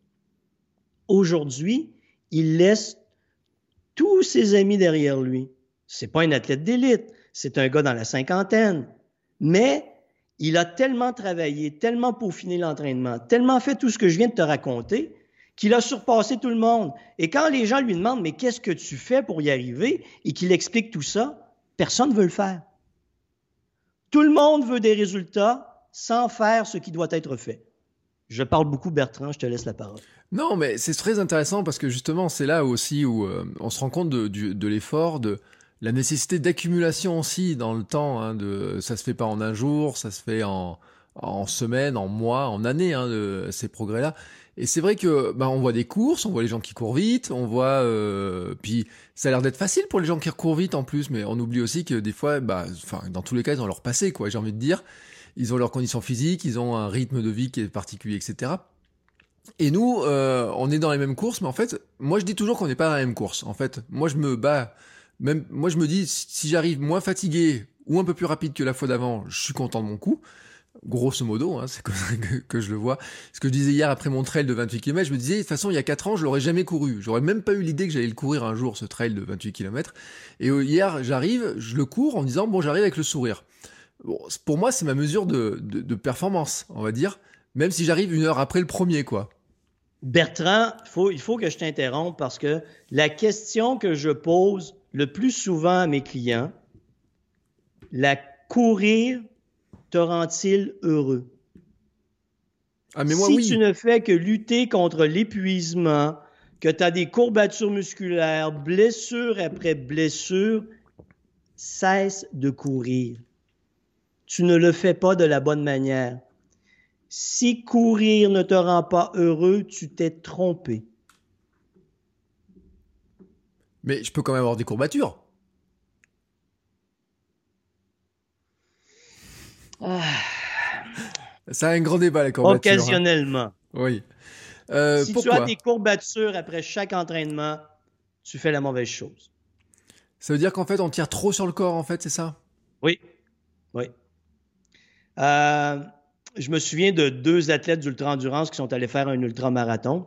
Speaker 3: Aujourd'hui, il laisse tous ses amis derrière lui. C'est pas un athlète d'élite, c'est un gars dans la cinquantaine. Mais il a tellement travaillé, tellement peaufiné l'entraînement, tellement fait tout ce que je viens de te raconter, qu'il a surpassé tout le monde. Et quand les gens lui demandent « Mais qu'est-ce que tu fais pour y arriver? » et qu'il explique tout ça, personne ne veut le faire. Tout le monde veut des résultats sans faire ce qui doit être fait. Je parle beaucoup, Bertrand, je te laisse la parole.
Speaker 2: Non, mais c'est très intéressant parce que justement, c'est là aussi où euh, on se rend compte de, du, de l'effort, de la nécessité d'accumulation aussi dans le temps. Hein, de, ça se fait pas en un jour, ça se fait en, en semaines, en mois, en années, hein, de, ces progrès-là. Et c'est vrai que bah, on voit des courses, on voit les gens qui courent vite, on voit... Euh, puis ça a l'air d'être facile pour les gens qui courent vite en plus, mais on oublie aussi que des fois, bah, dans tous les cas, ils ont leur passé, quoi, j'ai envie de dire. Ils ont leurs conditions physiques, ils ont un rythme de vie qui est particulier, et cetera. Et nous, euh, on est dans les mêmes courses, mais en fait, moi je dis toujours qu'on n'est pas dans la même course. En fait, moi je me bats, même moi je me dis, si j'arrive moins fatigué ou un peu plus rapide que la fois d'avant, je suis content de mon coup. Grosso modo, hein, c'est comme ça que, que je le vois. Ce que je disais hier après mon trail de vingt-huit kilomètres, je me disais, de toute façon, il y a quatre ans, je l'aurais jamais couru. J'aurais même pas eu l'idée que j'allais le courir un jour, ce trail de vingt-huit kilomètres. Et euh, hier, j'arrive, je le cours en me disant, bon, j'arrive avec le sourire. Bon, pour moi, c'est ma mesure de, de, de performance, on va dire, même si j'arrive une heure après le premier, quoi.
Speaker 3: Bertrand, faut, il faut que je t'interrompe parce que la question que je pose le plus souvent à mes clients, la courir te rend-il heureux?
Speaker 2: Ah, mais moi,
Speaker 3: si
Speaker 2: oui.
Speaker 3: tu ne fais que lutter contre l'épuisement, que tu as des courbatures musculaires, blessure après blessure, cesse de courir. Tu ne le fais pas de la bonne manière. Si courir ne te rend pas heureux, tu t'es trompé.
Speaker 2: Mais je peux quand même avoir des courbatures.
Speaker 3: Ah,
Speaker 2: Ça a un grand débat, la courbature. Hein.
Speaker 3: occasionnellement.
Speaker 2: Oui. Euh,
Speaker 3: Si
Speaker 2: pourquoi?
Speaker 3: tu as des courbatures après chaque entraînement, tu fais la mauvaise chose.
Speaker 2: Ça veut dire qu'en fait, on tire trop sur le corps, en fait, c'est ça?
Speaker 3: Oui, oui. Euh, je me souviens de deux athlètes d'ultra-endurance qui sont allés faire un ultramarathon.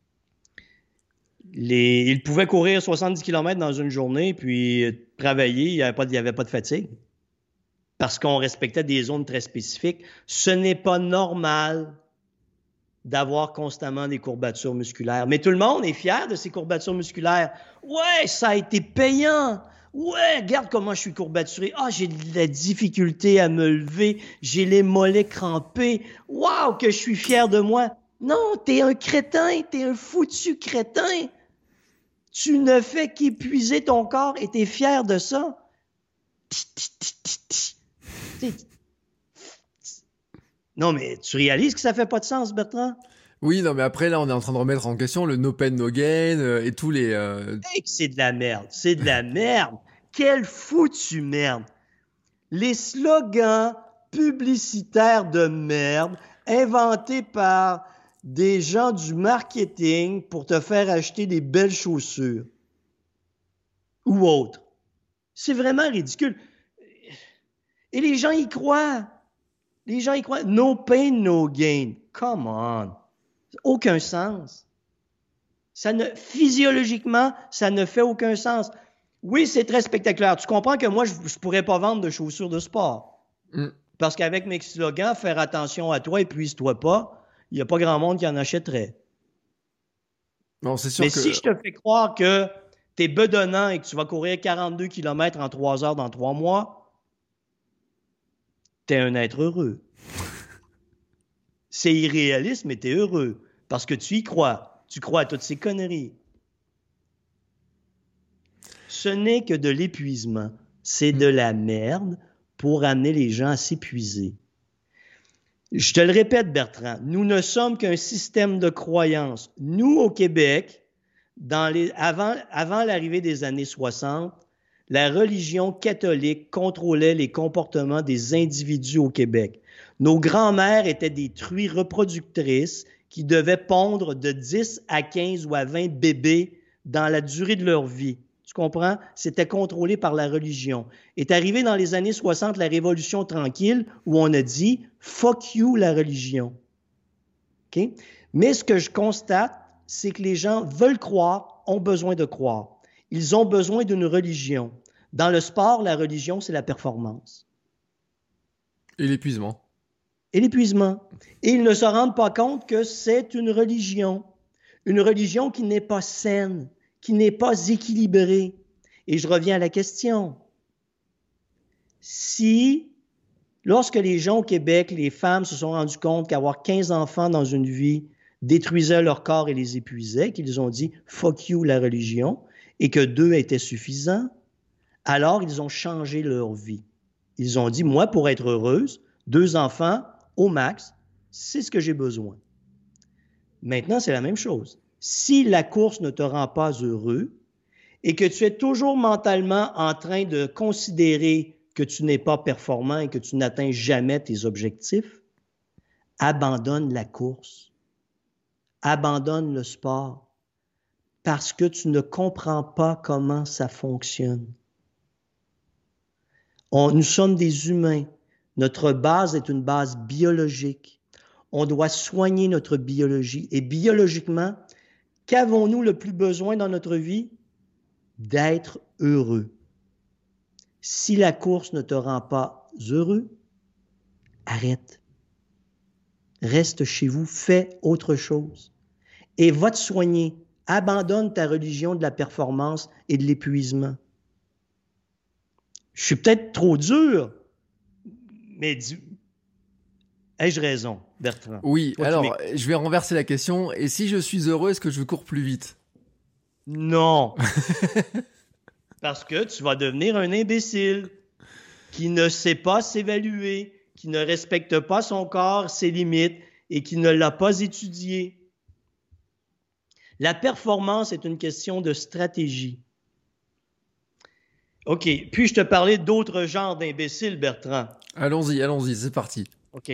Speaker 3: Les, ils pouvaient courir soixante-dix kilomètres dans une journée, puis travailler, il n'y avait pas, il y avait pas de fatigue. Parce qu'on respectait des zones très spécifiques. Ce n'est pas normal d'avoir constamment des courbatures musculaires. Mais tout le monde est fier de ces courbatures musculaires. Ouais, ça a été payant. Ouais, regarde comment je suis courbaturé. Ah, j'ai de la difficulté à me lever. J'ai les mollets crampés. Waouh, que je suis fier de moi. Non, t'es un crétin. T'es un foutu crétin. Tu ne fais qu'épuiser ton corps et t'es fier de ça. Non, mais tu réalises que ça fait pas de sens, Bertrand?
Speaker 2: Oui, non, mais après, là, on est en train de remettre en question le no pain, no gain euh, et tous les... Euh...
Speaker 3: Hey, c'est de la merde. C'est de la merde. Quelle foutue merde. Les slogans publicitaires de merde inventés par des gens du marketing pour te faire acheter des belles chaussures ou autres. C'est vraiment ridicule. Et les gens y croient. Les gens y croient. No pain, no gain. Come on. Aucun sens. Ça ne, physiologiquement, ça ne fait aucun sens. Oui, c'est très spectaculaire. Tu comprends que moi, je ne pourrais pas vendre de chaussures de sport. Mm. Parce qu'avec mes slogans, faire attention à toi, épuise-toi pas, il n'y a pas grand monde qui en achèterait.
Speaker 2: Non, c'est sûr
Speaker 3: Mais
Speaker 2: que...
Speaker 3: si je te fais croire que tu es bedonnant et que tu vas courir quarante-deux kilomètres en trois heures dans trois mois, tu es un être heureux. C'est irréaliste, mais tu es heureux. Parce que tu y crois. Tu crois à toutes ces conneries. Ce n'est que de l'épuisement. C'est de la merde pour amener les gens à s'épuiser. Je te le répète, Bertrand, nous ne sommes qu'un système de croyances. Nous, au Québec, dans les, avant, avant l'arrivée des années soixante, la religion catholique contrôlait les comportements des individus au Québec. Nos grands-mères étaient des truies reproductrices qui devaient pondre de dix à quinze ou à vingt bébés dans la durée de leur vie. Tu comprends? C'était contrôlé par la religion. Est arrivé dans les années soixante la Révolution tranquille où on a dit « fuck you la religion ». Okay? Mais ce que je constate, c'est que les gens veulent croire, ont besoin de croire. Ils ont besoin d'une religion. Dans le sport, la religion, c'est la performance.
Speaker 2: Et l'épuisement.
Speaker 3: Et l'épuisement. Et ils ne se rendent pas compte que c'est une religion. Une religion qui n'est pas saine, qui n'est pas équilibrée. Et je reviens à la question. Si, lorsque les gens au Québec, les femmes se sont rendus compte qu'avoir quinze enfants dans une vie détruisait leur corps et les épuisait, qu'ils ont dit « fuck you la religion », et que deux étaient suffisants, alors ils ont changé leur vie. Ils ont dit « moi, pour être heureuse, deux enfants au max, c'est ce que j'ai besoin ». Maintenant, c'est la même chose. Si la course ne te rend pas heureux et que tu es toujours mentalement en train de considérer que tu n'es pas performant et que tu n'atteins jamais tes objectifs, abandonne la course. Abandonne le sport parce que tu ne comprends pas comment ça fonctionne. On, nous sommes des humains. Notre base est une base biologique. On doit soigner notre biologie. Et biologiquement, qu'avons-nous le plus besoin dans notre vie? D'être heureux. Si la course ne te rend pas heureux, arrête. Reste chez vous, fais autre chose. Et va te soigner. Abandonne ta religion de la performance et de l'épuisement. Je suis peut-être trop dur, mais dis... ai-je raison, Bertrand?
Speaker 2: Oui, Toi, alors, je vais renverser la question. Et si je suis heureux, est-ce que je cours plus vite?
Speaker 3: Non. Parce que tu vas devenir un imbécile qui ne sait pas s'évaluer, qui ne respecte pas son corps, ses limites et qui ne l'a pas étudié. La performance est une question de stratégie. OK. Puis-je te parler d'autres genres d'imbéciles, Bertrand?
Speaker 2: Allons-y, allons-y, c'est parti.
Speaker 3: OK.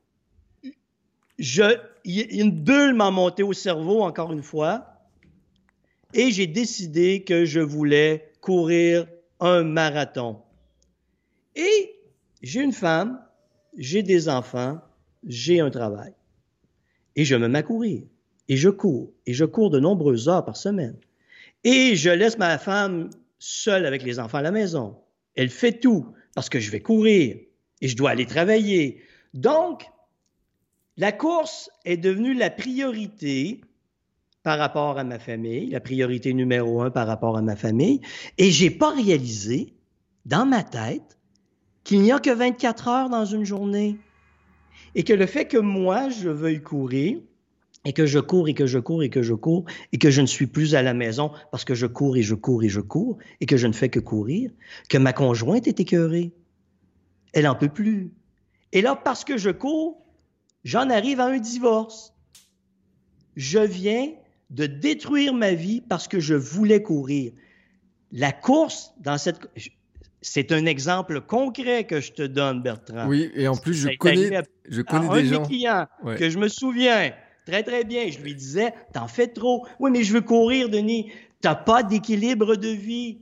Speaker 3: Je, y- une bulle m'a monté au cerveau, encore une fois, et j'ai décidé que je voulais courir un marathon. Et j'ai une femme, j'ai des enfants, j'ai un travail. Et je me mets à courir. Et je cours. Et je cours de nombreuses heures par semaine. Et je laisse ma femme seule avec les enfants à la maison. Elle fait tout parce que je vais courir et je dois aller travailler. Donc, la course est devenue la priorité par rapport à ma famille, la priorité numéro un par rapport à ma famille. Et je n'ai pas réalisé, dans ma tête, qu'il n'y a que vingt-quatre heures dans une journée. Et que le fait que moi, je veuille courir, et que je cours et que je cours et que je cours, et que je ne suis plus à la maison parce que je cours et je cours et je cours, et que je ne fais que courir, que ma conjointe est écœurée. Elle n'en peut plus. Et là, parce que je cours, j'en arrive à un divorce. Je viens de détruire ma vie parce que je voulais courir. La course, dans cette... C'est un exemple concret que je te donne, Bertrand.
Speaker 2: Oui, et en plus, je
Speaker 3: Ça est
Speaker 2: connais,
Speaker 3: arrivé à-
Speaker 2: je connais
Speaker 3: à un
Speaker 2: des
Speaker 3: de
Speaker 2: gens.
Speaker 3: mes clients
Speaker 2: Ouais.
Speaker 3: que je me souviens très, très bien. Je lui disais, t'en fais trop. Oui, mais je veux courir, Denis. T'as pas d'équilibre de vie.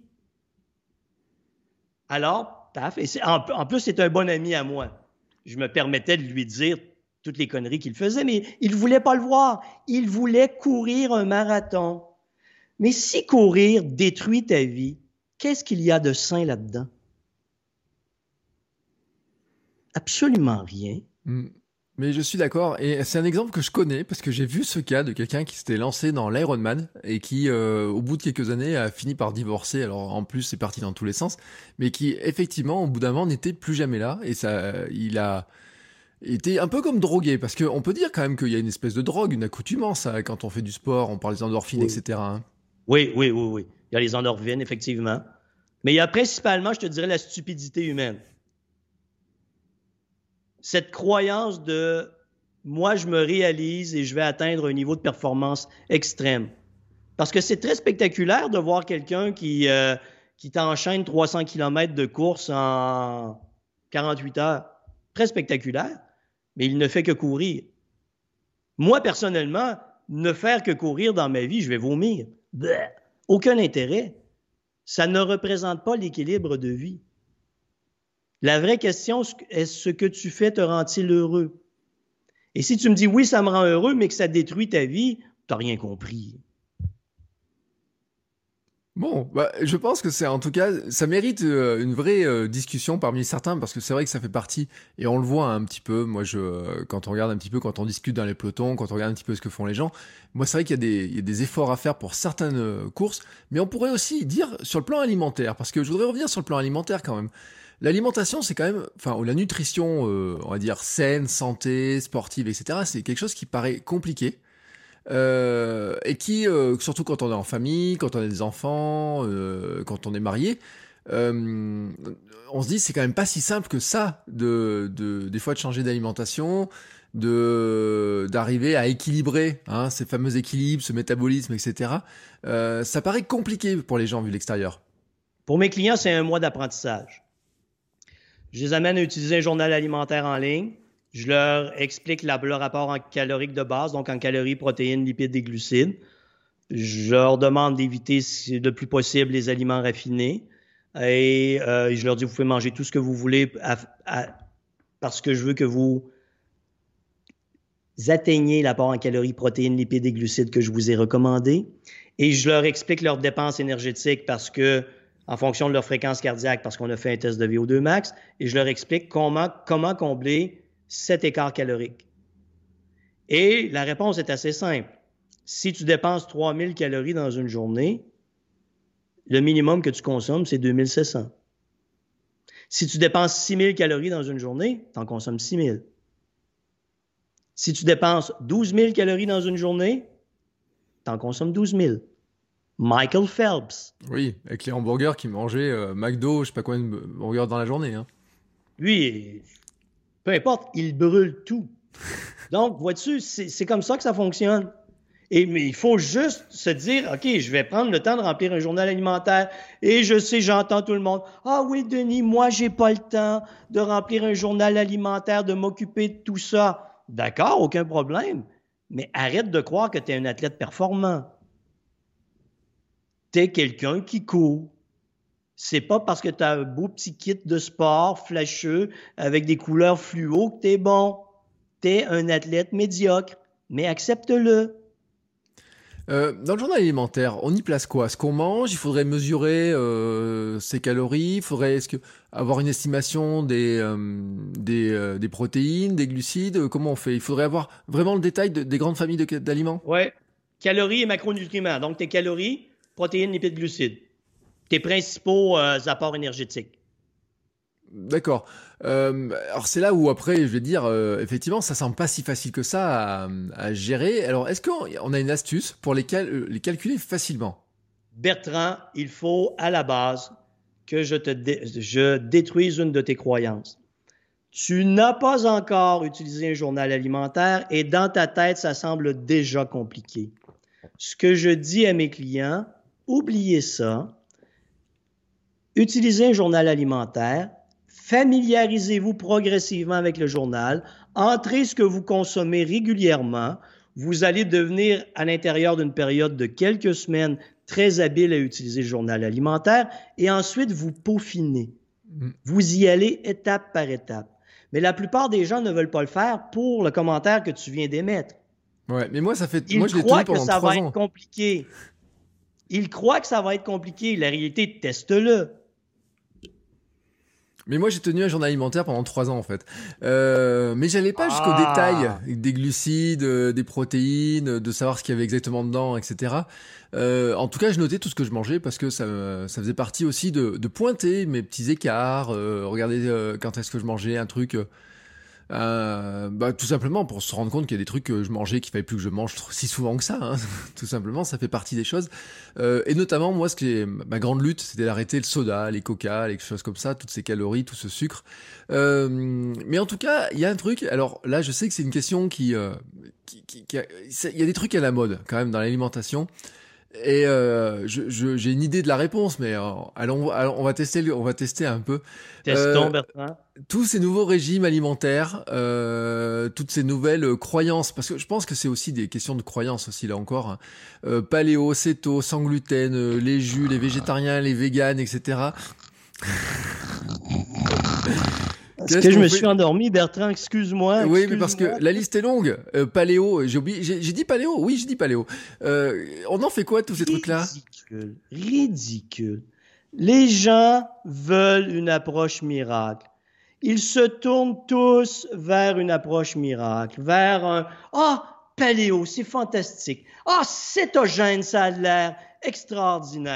Speaker 3: Alors, paf. Et c'est- en, en plus, c'est un bon ami à moi. Je me permettais de lui dire toutes les conneries qu'il faisait, mais il ne voulait pas le voir. Il voulait courir un marathon. Mais si courir détruit ta vie, qu'est-ce qu'il y a de sain là-dedans? Absolument rien.
Speaker 2: Mm. Mais je suis d'accord, et c'est un exemple que je connais parce que j'ai vu ce cas de quelqu'un qui s'était lancé dans l'Ironman et qui, euh, au bout de quelques années, a fini par divorcer. Alors en plus, c'est parti dans tous les sens, mais qui effectivement, au bout d'un moment, n'était plus jamais là et ça, il a été un peu comme drogué parce que on peut dire quand même qu'il y a une espèce de drogue, une accoutumance hein, quand on fait du sport, on parle des endorphines,
Speaker 3: Oui.
Speaker 2: et cetera hein.
Speaker 3: Oui, oui, oui, oui. Il y a les endorphines, effectivement. Mais il y a principalement, je te dirais, la stupidité humaine. Cette croyance de moi, je me réalise et je vais atteindre un niveau de performance extrême. Parce que c'est très spectaculaire de voir quelqu'un qui, euh, qui t'enchaîne trois cents kilomètres de course en quarante-huit heures. Très spectaculaire, mais il ne fait que courir. Moi, personnellement, ne faire que courir dans ma vie, je vais vomir. Bleh. Aucun intérêt. Ça ne représente pas l'équilibre de vie. La vraie question, est ce que tu fais te rend-il heureux? Et si tu me dis oui, ça me rend heureux, mais que ça détruit ta vie, tu n'as rien compris.
Speaker 2: Bon, bah, je pense que c'est en tout cas, ça mérite euh, une vraie euh, discussion parmi certains parce que c'est vrai que ça fait partie et on le voit un petit peu. Moi, je, euh, quand on regarde un petit peu, quand on discute dans les pelotons, quand on regarde un petit peu ce que font les gens, moi, c'est vrai qu'il y a des, il y a des efforts à faire pour certaines euh, courses, mais on pourrait aussi dire sur le plan alimentaire parce que je voudrais revenir sur le plan alimentaire quand même. L'alimentation, c'est quand même, enfin, ou la nutrition, euh, on va dire saine, santé, sportive, et cetera. C'est quelque chose qui paraît compliqué. Euh, et qui, euh, surtout quand on est en famille, quand on a des enfants, euh, quand on est marié, euh, on se dit c'est quand même pas si simple que ça de, de des fois de changer d'alimentation, de d'arriver à équilibrer hein, ces fameux équilibres, ce métabolisme, et cetera. Euh, ça paraît compliqué pour les gens vu de l'extérieur.
Speaker 3: Pour mes clients, c'est un mois d'apprentissage. Je les amène à utiliser un journal alimentaire en ligne. Je leur explique la, le rapport en calorique de base, donc en calories, protéines, lipides et glucides. Je leur demande d'éviter le plus possible les aliments raffinés. Et euh, je leur dis, vous pouvez manger tout ce que vous voulez à, à, parce que je veux que vous atteigniez l'apport en calories, protéines, lipides et glucides que je vous ai recommandé. Et je leur explique leurs dépenses énergétiques parce que, en fonction de leur fréquence cardiaque, parce qu'on a fait un test de V O deux max, et je leur explique comment, comment combler cet écart calorique. Et la réponse est assez simple. Si tu dépenses trois mille calories dans une journée, le minimum que tu consommes, c'est deux mille sept cents. Si tu dépenses six mille calories dans une journée, tu en consommes six mille. Si tu dépenses douze mille calories dans une journée, tu en consommes douze mille. Michael Phelps.
Speaker 2: Oui, avec les hamburgers qui mangeaient euh, McDo, je sais pas combien de hamburgers dans la journée. Hein.
Speaker 3: Lui, peu importe, il brûle tout. Donc, vois-tu, c'est, c'est comme ça que ça fonctionne. Et, mais il faut juste se dire, OK, je vais prendre le temps de remplir un journal alimentaire. Et je sais, j'entends tout le monde. Ah oui, Denis, moi, j'ai pas le temps de remplir un journal alimentaire, de m'occuper de tout ça. D'accord, aucun problème. Mais arrête de croire que tu es un athlète performant. Tu es quelqu'un qui court. C'est pas parce que tu as un beau petit kit de sport flasheux avec des couleurs fluo que tu es bon. Tu es un athlète médiocre, mais accepte-le.
Speaker 2: Euh, dans le journal alimentaire, on y place quoi? Ce qu'on mange, il faudrait mesurer euh, ses calories, il faudrait est-ce que, avoir une estimation des, euh, des, euh, des protéines, des glucides, comment on fait? Il faudrait avoir vraiment le détail de, des grandes familles de, d'aliments?
Speaker 3: Oui. Calories et macronutriments. Donc, tes calories, protéines, lipides, glucides. Tes principaux euh, apports énergétiques.
Speaker 2: D'accord. Euh, alors c'est là où après je vais dire euh, effectivement ça semble pas si facile que ça à, à gérer. Alors est-ce qu'on a une astuce pour les, cal- les calculer facilement?
Speaker 3: Bertrand, il faut à la base que je te dé- je détruise une de tes croyances. Tu n'as pas encore utilisé un journal alimentaire et dans ta tête, ça semble déjà compliqué. Ce que je dis à mes clients, oubliez ça. Utilisez un journal alimentaire. Familiarisez-vous progressivement avec le journal. Entrez ce que vous consommez régulièrement. Vous allez devenir, à l'intérieur d'une période de quelques semaines, très habile à utiliser le journal alimentaire. Et ensuite, vous peaufinez. Mm. Vous y allez étape par étape. Mais la plupart des gens ne veulent pas le faire pour le commentaire que tu viens d'émettre.
Speaker 2: Ouais, mais moi, ça fait...
Speaker 3: Ils
Speaker 2: moi, je l'ai
Speaker 3: croient
Speaker 2: tenu
Speaker 3: que ça
Speaker 2: pendant
Speaker 3: va
Speaker 2: trois ans.
Speaker 3: être compliqué. Ils croient que ça va être compliqué. La réalité, teste-le.
Speaker 2: Mais moi, j'ai tenu un journal alimentaire pendant trois ans, en fait. Euh, mais j'allais pas jusqu'au
Speaker 3: Ah.
Speaker 2: détail des glucides, euh, des protéines, de savoir ce qu'il y avait exactement dedans, et cetera. Euh, en tout cas, je notais tout ce que je mangeais parce que ça, me- ça faisait partie aussi de, de pointer mes petits écarts, euh, regarder euh, quand est-ce que je mangeais un truc... Euh, Euh, bah, tout simplement pour se rendre compte qu'il y a des trucs que je mangeais qu'il fallait plus que je mange si souvent que ça, hein. Tout simplement, ça fait partie des choses. Euh, et notamment, moi, ce qui est ma grande lutte, c'était d'arrêter le soda, les coca, les choses comme ça, toutes ces calories, tout ce sucre. Euh, mais en tout cas, il y a un truc. Alors là, je sais que c'est une question qui, euh, qui, qui, qui a, il y a des trucs à la mode quand même dans l'alimentation. Et euh, je, je, j'ai une idée de la réponse, mais euh, allons, allons, on va tester, on va tester un peu.
Speaker 3: Testons,
Speaker 2: Euh,
Speaker 3: Bertrand.
Speaker 2: tous ces nouveaux régimes alimentaires, euh, toutes ces nouvelles euh, croyances, parce que je pense que c'est aussi des questions de croyances aussi là encore. Hein. Euh, paléo, céto, sans gluten, euh, les jus, les végétariens, les véganes, et cetera.
Speaker 3: Est-ce que je me fait... suis endormi, Bertrand? Excuse-moi.
Speaker 2: Oui,
Speaker 3: excuse-moi.
Speaker 2: mais parce que la liste est longue. Euh, paléo, j'ai oublié, j'ai, j'ai dit paléo. Oui, j'ai dit paléo. Euh, on en fait quoi tous ces
Speaker 3: Ridicule,
Speaker 2: trucs-là?
Speaker 3: Ridicule, ridicule. Les gens veulent une approche miracle. Ils se tournent tous vers une approche miracle, vers un « Ah, paléo, c'est fantastique. Ah, cétogène, ça a l'air extraordinaire. »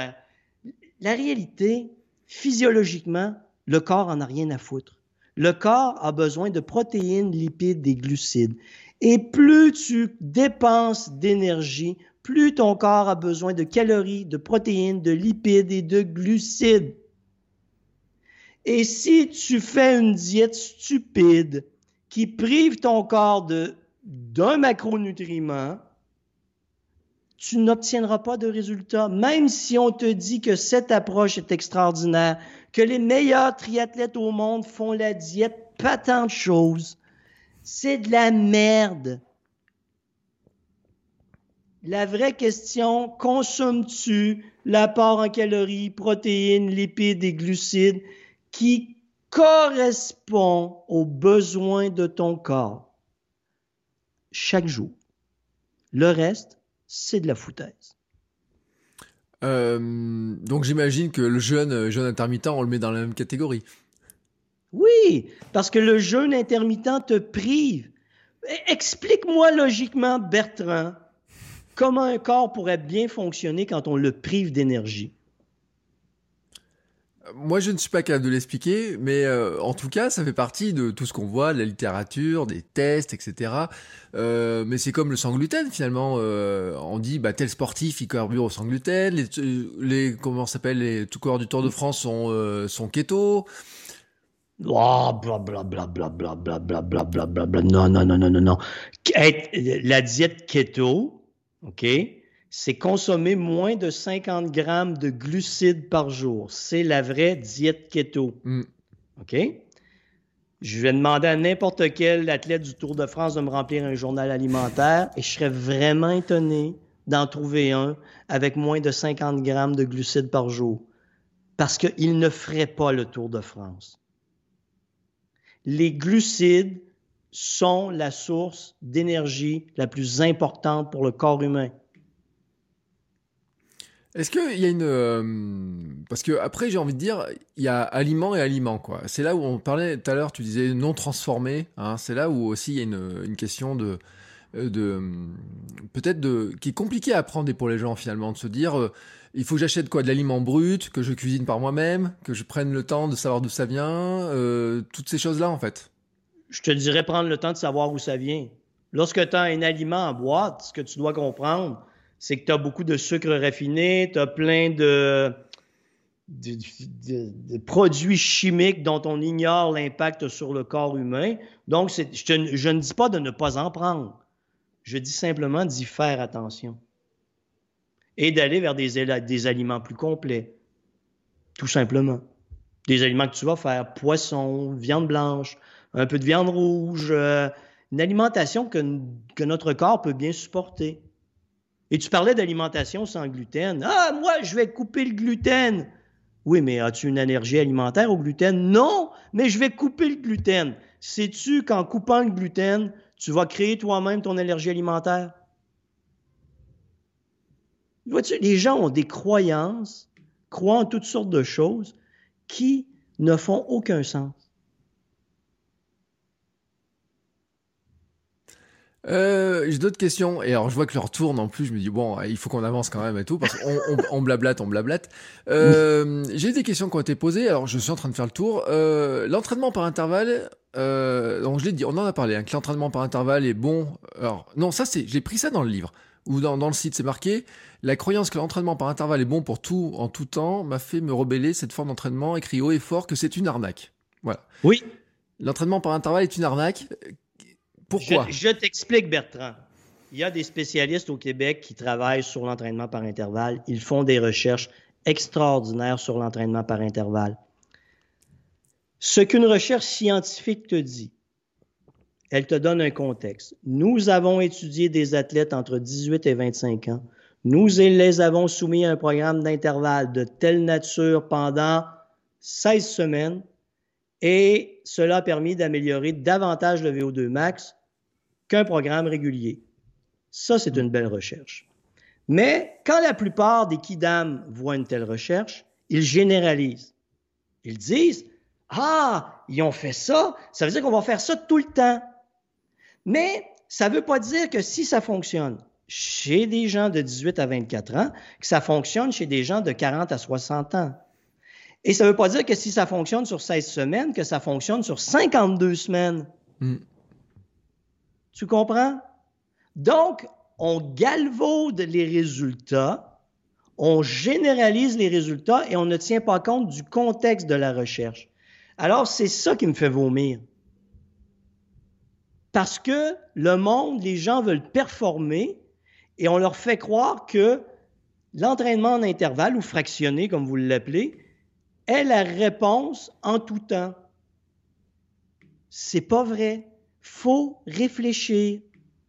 Speaker 3: La réalité, physiologiquement, le corps en a rien à foutre. Le corps a besoin de protéines, lipides et glucides. Et plus tu dépenses d'énergie, plus ton corps a besoin de calories, de protéines, de lipides et de glucides. Et si tu fais une diète stupide qui prive ton corps de, d'un macronutriment, tu n'obtiendras pas de résultats. Même si on te dit que cette approche est extraordinaire, que les meilleurs triathlètes au monde font la diète, pas tant de choses. C'est de la merde. La vraie question, consommes-tu l'apport en calories, protéines, lipides et glucides qui correspond aux besoins de ton corps chaque jour? Le reste, c'est de la foutaise.
Speaker 2: Euh, donc j'imagine que le jeûne, jeûne intermittent, on le met dans la même catégorie.
Speaker 3: Oui, parce que le jeûne intermittent te prive. Explique-moi logiquement, Bertrand, comment un corps pourrait bien fonctionner quand on le prive d'énergie?
Speaker 2: Moi, je ne suis pas capable de l'expliquer, mais euh, en tout cas, ça fait partie de tout ce qu'on voit, de la littérature, des tests, et cetera. Euh, mais c'est comme le sans gluten, finalement. Euh, on dit, bah, tel sportif, il carbure au sans gluten. Les, les comment ça s'appelle, les tout coureurs du Tour de France sont, euh, sont keto.
Speaker 3: Oh, bla bla bla bla bla bla bla bla bla bla bla. Non, non, non, non, non, non. La diète keto, OK? C'est consommer moins de cinquante grammes de glucides par jour. C'est la vraie diète keto. Mm. OK? Je vais demander à n'importe quel athlète du Tour de France de me remplir un journal alimentaire et je serais vraiment étonné d'en trouver un avec moins de cinquante grammes de glucides par jour. Parce qu'il ne ferait pas le Tour de France. Les glucides sont la source d'énergie la plus importante pour le corps humain.
Speaker 2: Est-ce qu'il y a une... Euh, parce que après, j'ai envie de dire, il y a aliments et aliments, quoi. C'est là où on parlait tout à l'heure, tu disais non transformé. Hein, c'est là où aussi il y a une, une question de... de peut-être de... qui est compliquée à apprendre pour les gens, finalement, de se dire... Euh, il faut que j'achète quoi? De l'aliment brut, que je cuisine par moi-même, que je prenne le temps de savoir d'où ça vient, euh, toutes ces choses-là, en fait.
Speaker 3: Je te dirais prendre le temps de savoir où ça vient. Lorsque tu as un aliment en boîte, ce que tu dois comprendre, c'est que tu as beaucoup de sucre raffiné, tu as plein de, de, de, de produits chimiques dont on ignore l'impact sur le corps humain. Donc, c'est, je, te, je ne dis pas de ne pas en prendre. Je dis simplement d'y faire attention. Et d'aller vers des, des aliments plus complets. Tout simplement. Des aliments que tu vas faire, poisson, viande blanche, un peu de viande rouge, euh, une alimentation que, que notre corps peut bien supporter. Et tu parlais d'alimentation sans gluten. Ah, moi, je vais couper le gluten. Oui, mais as-tu une allergie alimentaire au gluten? Non, mais je vais couper le gluten. Sais-tu qu'en coupant le gluten, tu vas créer toi-même ton allergie alimentaire? Vois-tu, les gens ont des croyances, croient en toutes sortes de choses qui ne font aucun sens.
Speaker 2: Euh, j'ai d'autres questions. Et alors, je vois que l'heure tourne en plus. Je me dis, bon, il faut qu'on avance quand même et tout, parce qu'on on, on blablate, on blablate. Euh, oui. J'ai des questions qui ont été posées. Alors, je suis en train de faire le tour. Euh, l'entraînement par intervalle, euh, donc je l'ai dit, on en a parlé, hein, que l'entraînement par intervalle est bon. Alors, non, ça, c'est, j'ai pris ça dans le livre, ou dans, dans le site, c'est marqué. La croyance que l'entraînement par intervalle est bon pour tout, en tout temps, m'a fait me rebeller. Cette forme d'entraînement écrit haut et fort que c'est une arnaque. Voilà.
Speaker 3: Oui.
Speaker 2: L'entraînement par intervalle est une arnaque. Pourquoi?
Speaker 3: Je, je t'explique, Bertrand. Il y a des spécialistes au Québec qui travaillent sur l'entraînement par intervalle. Ils font des recherches extraordinaires sur l'entraînement par intervalle. Ce qu'une recherche scientifique te dit, elle te donne un contexte. Nous avons étudié des athlètes entre dix-huit et vingt-cinq ans. Nous les avons soumis à un programme d'intervalle de telle nature pendant seize semaines et cela a permis d'améliorer davantage le V O deux max qu'un programme régulier. Ça, c'est une belle recherche. Mais quand la plupart des kidam voient une telle recherche, ils généralisent. Ils disent « Ah, ils ont fait ça, ça veut dire qu'on va faire ça tout le temps. » Mais ça ne veut pas dire que si ça fonctionne chez des gens de dix-huit à vingt-quatre ans, que ça fonctionne chez des gens de quarante à soixante ans. Et ça ne veut pas dire que si ça fonctionne sur seize semaines, que ça fonctionne sur cinquante-deux semaines. Mm. Tu comprends? Donc, on galvaude les résultats, on généralise les résultats et on ne tient pas compte du contexte de la recherche. Alors, c'est ça qui me fait vomir. Parce que le monde, les gens veulent performer et on leur fait croire que l'entraînement en intervalle ou fractionné, comme vous l'appelez, est la réponse en tout temps. C'est pas vrai. Faut réfléchir.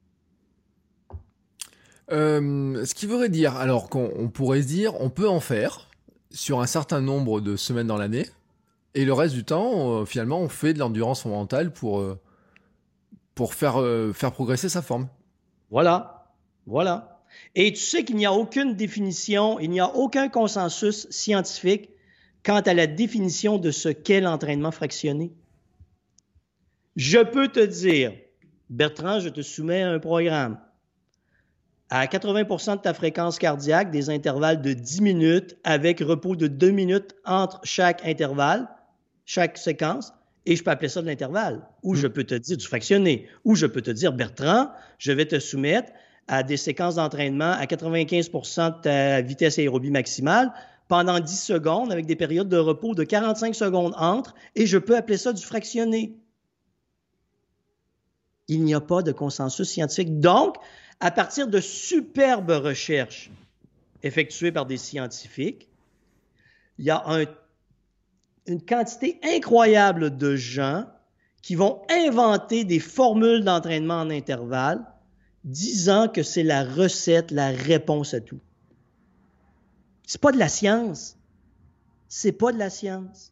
Speaker 2: Euh, ce qui voudrait dire, alors qu'on on pourrait se dire, on peut en faire sur un certain nombre de semaines dans l'année, et le reste du temps, euh, finalement, on fait de l'endurance fondamentale pour, euh, pour faire, euh, faire progresser sa forme.
Speaker 3: Voilà, voilà. Et tu sais qu'il n'y a aucune définition, il n'y a aucun consensus scientifique quant à la définition de ce qu'est l'entraînement fractionné. Je peux te dire, Bertrand, je te soumets un programme. À quatre-vingts pour cent de ta fréquence cardiaque, des intervalles de dix minutes avec repos de deux minutes entre chaque intervalle, chaque séquence, et je peux appeler ça de l'intervalle. Ou mmh. je peux te dire du fractionné. Ou je peux te dire, Bertrand, je vais te soumettre à des séquences d'entraînement à quatre-vingt-quinze pour cent de ta vitesse aérobie maximale pendant dix secondes avec des périodes de repos de quarante-cinq secondes entre, et je peux appeler ça du fractionné. Il n'y a pas de consensus scientifique. Donc, à partir de superbes recherches effectuées par des scientifiques, il y a un, une quantité incroyable de gens qui vont inventer des formules d'entraînement en intervalle disant que c'est la recette, la réponse à tout. C'est pas de la science. C'est pas de la science.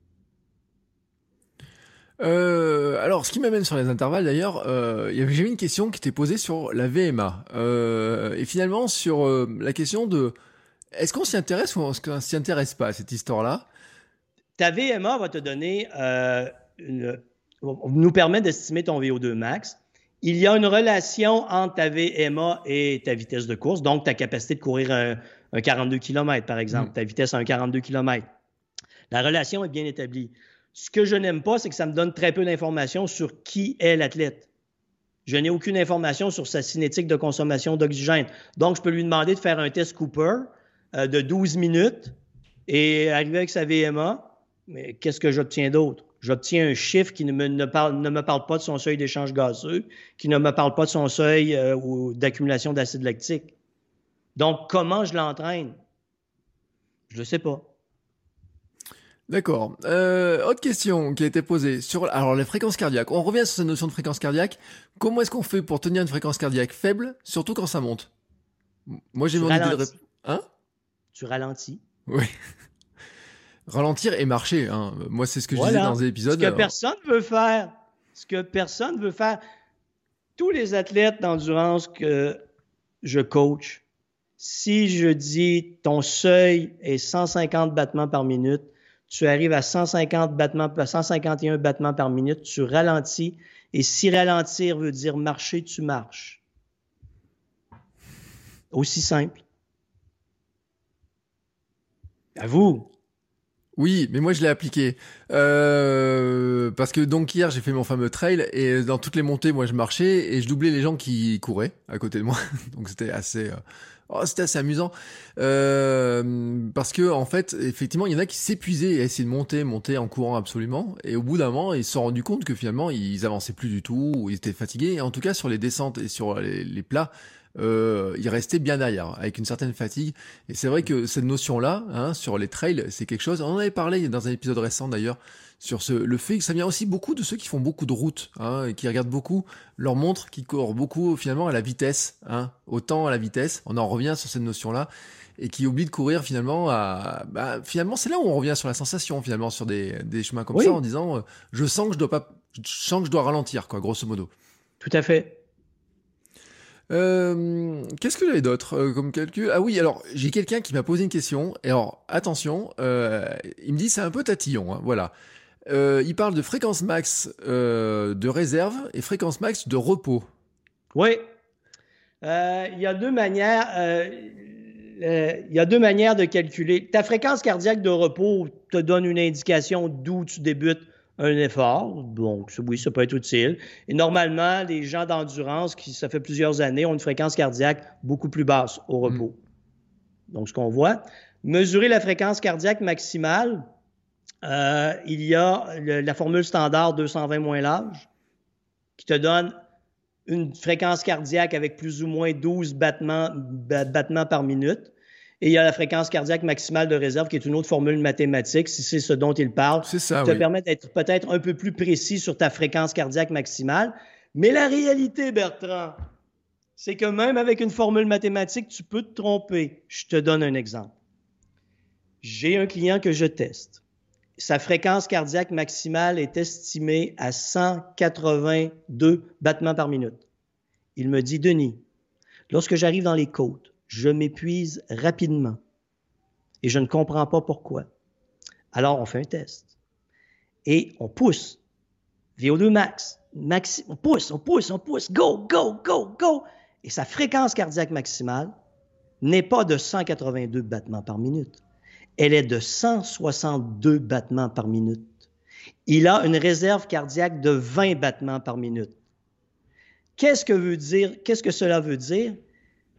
Speaker 2: Euh, alors, ce qui m'amène sur les intervalles, d'ailleurs, euh, j'ai eu une question qui était posée sur la V M A. Euh, et finalement, sur euh, la question de est-ce qu'on s'y intéresse ou est-ce qu'on s'y intéresse pas à cette histoire-là?
Speaker 3: Ta V M A va te donner, euh, une, nous permet d'estimer ton V O deux max. Il y a une relation entre ta V M A et ta vitesse de course, donc ta capacité de courir un, un quarante-deux kilomètres, par exemple, mmh. ta vitesse à un quarante-deux kilomètres. La relation est bien établie. Ce que je n'aime pas, c'est que ça me donne très peu d'informations sur qui est l'athlète. Je n'ai aucune information sur sa cinétique de consommation d'oxygène. Donc, je peux lui demander de faire un test Cooper euh, de douze minutes et arriver avec sa V M A. Mais qu'est-ce que j'obtiens d'autre? J'obtiens un chiffre qui ne me, ne parle, ne me parle pas de son seuil d'échange gazeux, qui ne me parle pas de son seuil euh, ou d'accumulation d'acide lactique. Donc, comment je l'entraîne? Je ne sais pas.
Speaker 2: D'accord. Euh, autre question qui a été posée sur alors les fréquences cardiaques. On revient sur cette notion de fréquence cardiaque. Comment est-ce qu'on fait pour tenir une fréquence cardiaque faible, surtout quand ça monte? Moi, j'ai mon idée de réponse. Hein?
Speaker 3: Tu ralentis.
Speaker 2: Oui. Ralentir et marcher. Hein. Moi, c'est ce que je
Speaker 3: voilà.
Speaker 2: disais dans les épisodes.
Speaker 3: Ce que alors... personne veut faire. Ce que personne veut faire. Tous les athlètes d'endurance que je coach, si je dis ton seuil est cent cinquante battements par minute, tu arrives à cent cinquante battements, cent cinquante et un battements par minute, tu ralentis. Et si ralentir veut dire marcher, tu marches. Aussi simple. À vous.
Speaker 2: Oui, mais moi je l'ai appliqué. Euh, parce que donc hier j'ai fait mon fameux trail et dans toutes les montées, moi je marchais et je doublais les gens qui couraient à côté de moi. Donc c'était assez... Euh... Oh, c'était assez amusant euh, parce que en fait effectivement il y en a qui s'épuisaient à essayer de monter monter en courant absolument et au bout d'un moment ils se sont rendus compte que finalement ils avançaient plus du tout ou ils étaient fatigués et en tout cas sur les descentes et sur les, les plats euh, ils restaient bien derrière avec une certaine fatigue et c'est vrai que cette notion là hein, sur les trails c'est quelque chose, on en avait parlé dans un épisode récent d'ailleurs sur ce, le fait que ça vient aussi beaucoup de ceux qui font beaucoup de routes, hein, et qui regardent beaucoup leur montre, qui courent beaucoup finalement à la vitesse, hein, au temps à la vitesse. On en revient sur cette notion-là et qui oublie de courir finalement à, bah, finalement c'est là où on revient sur la sensation finalement sur des, des chemins comme oui. ça en disant euh, je sens que je dois pas, je sens que je dois ralentir quoi, grosso modo.
Speaker 3: Tout à fait.
Speaker 2: Euh, qu'est-ce que j'avais d'autre euh, comme calcul? Ah oui, alors j'ai quelqu'un qui m'a posé une question. Et alors attention, euh, il me dit c'est un peu tatillon, hein, voilà. Euh, il parle de fréquence max euh, de réserve et fréquence max de repos.
Speaker 3: Oui. Euh, il y a deux manières. Euh, euh, il y a deux manières de calculer. Ta fréquence cardiaque de repos te donne une indication d'où tu débutes un effort. Donc, oui, ça peut être utile. Et normalement, les gens d'endurance qui, ça fait plusieurs années, ont une fréquence cardiaque beaucoup plus basse au repos. Mmh. Donc, ce qu'on voit, mesurer la fréquence cardiaque maximale, Euh, il y a le, la formule standard deux cent vingt moins l'âge qui te donne une fréquence cardiaque avec plus ou moins douze battements, battements par minute. Et il y a la fréquence cardiaque maximale de réserve qui est une autre formule mathématique, si c'est ce dont il parle.
Speaker 2: C'est ça,
Speaker 3: qui te
Speaker 2: oui.
Speaker 3: permet d'être peut-être un peu plus précis sur ta fréquence cardiaque maximale. Mais la réalité, Bertrand, c'est que même avec une formule mathématique, tu peux te tromper. Je te donne un exemple. J'ai un client que je teste. Sa fréquence cardiaque maximale est estimée à cent quatre-vingt-deux battements par minute. Il me dit, Denis, lorsque j'arrive dans les côtes, je m'épuise rapidement et je ne comprends pas pourquoi. Alors, on fait un test et on pousse. V O deux max, maxi, on pousse, on pousse, on pousse, go, go, go, go. Et sa fréquence cardiaque maximale n'est pas de cent quatre-vingt-deux battements par minute. Elle est de cent soixante-deux battements par minute. Il a une réserve cardiaque de vingt battements par minute. Qu'est-ce que veut dire, qu'est-ce que cela veut dire?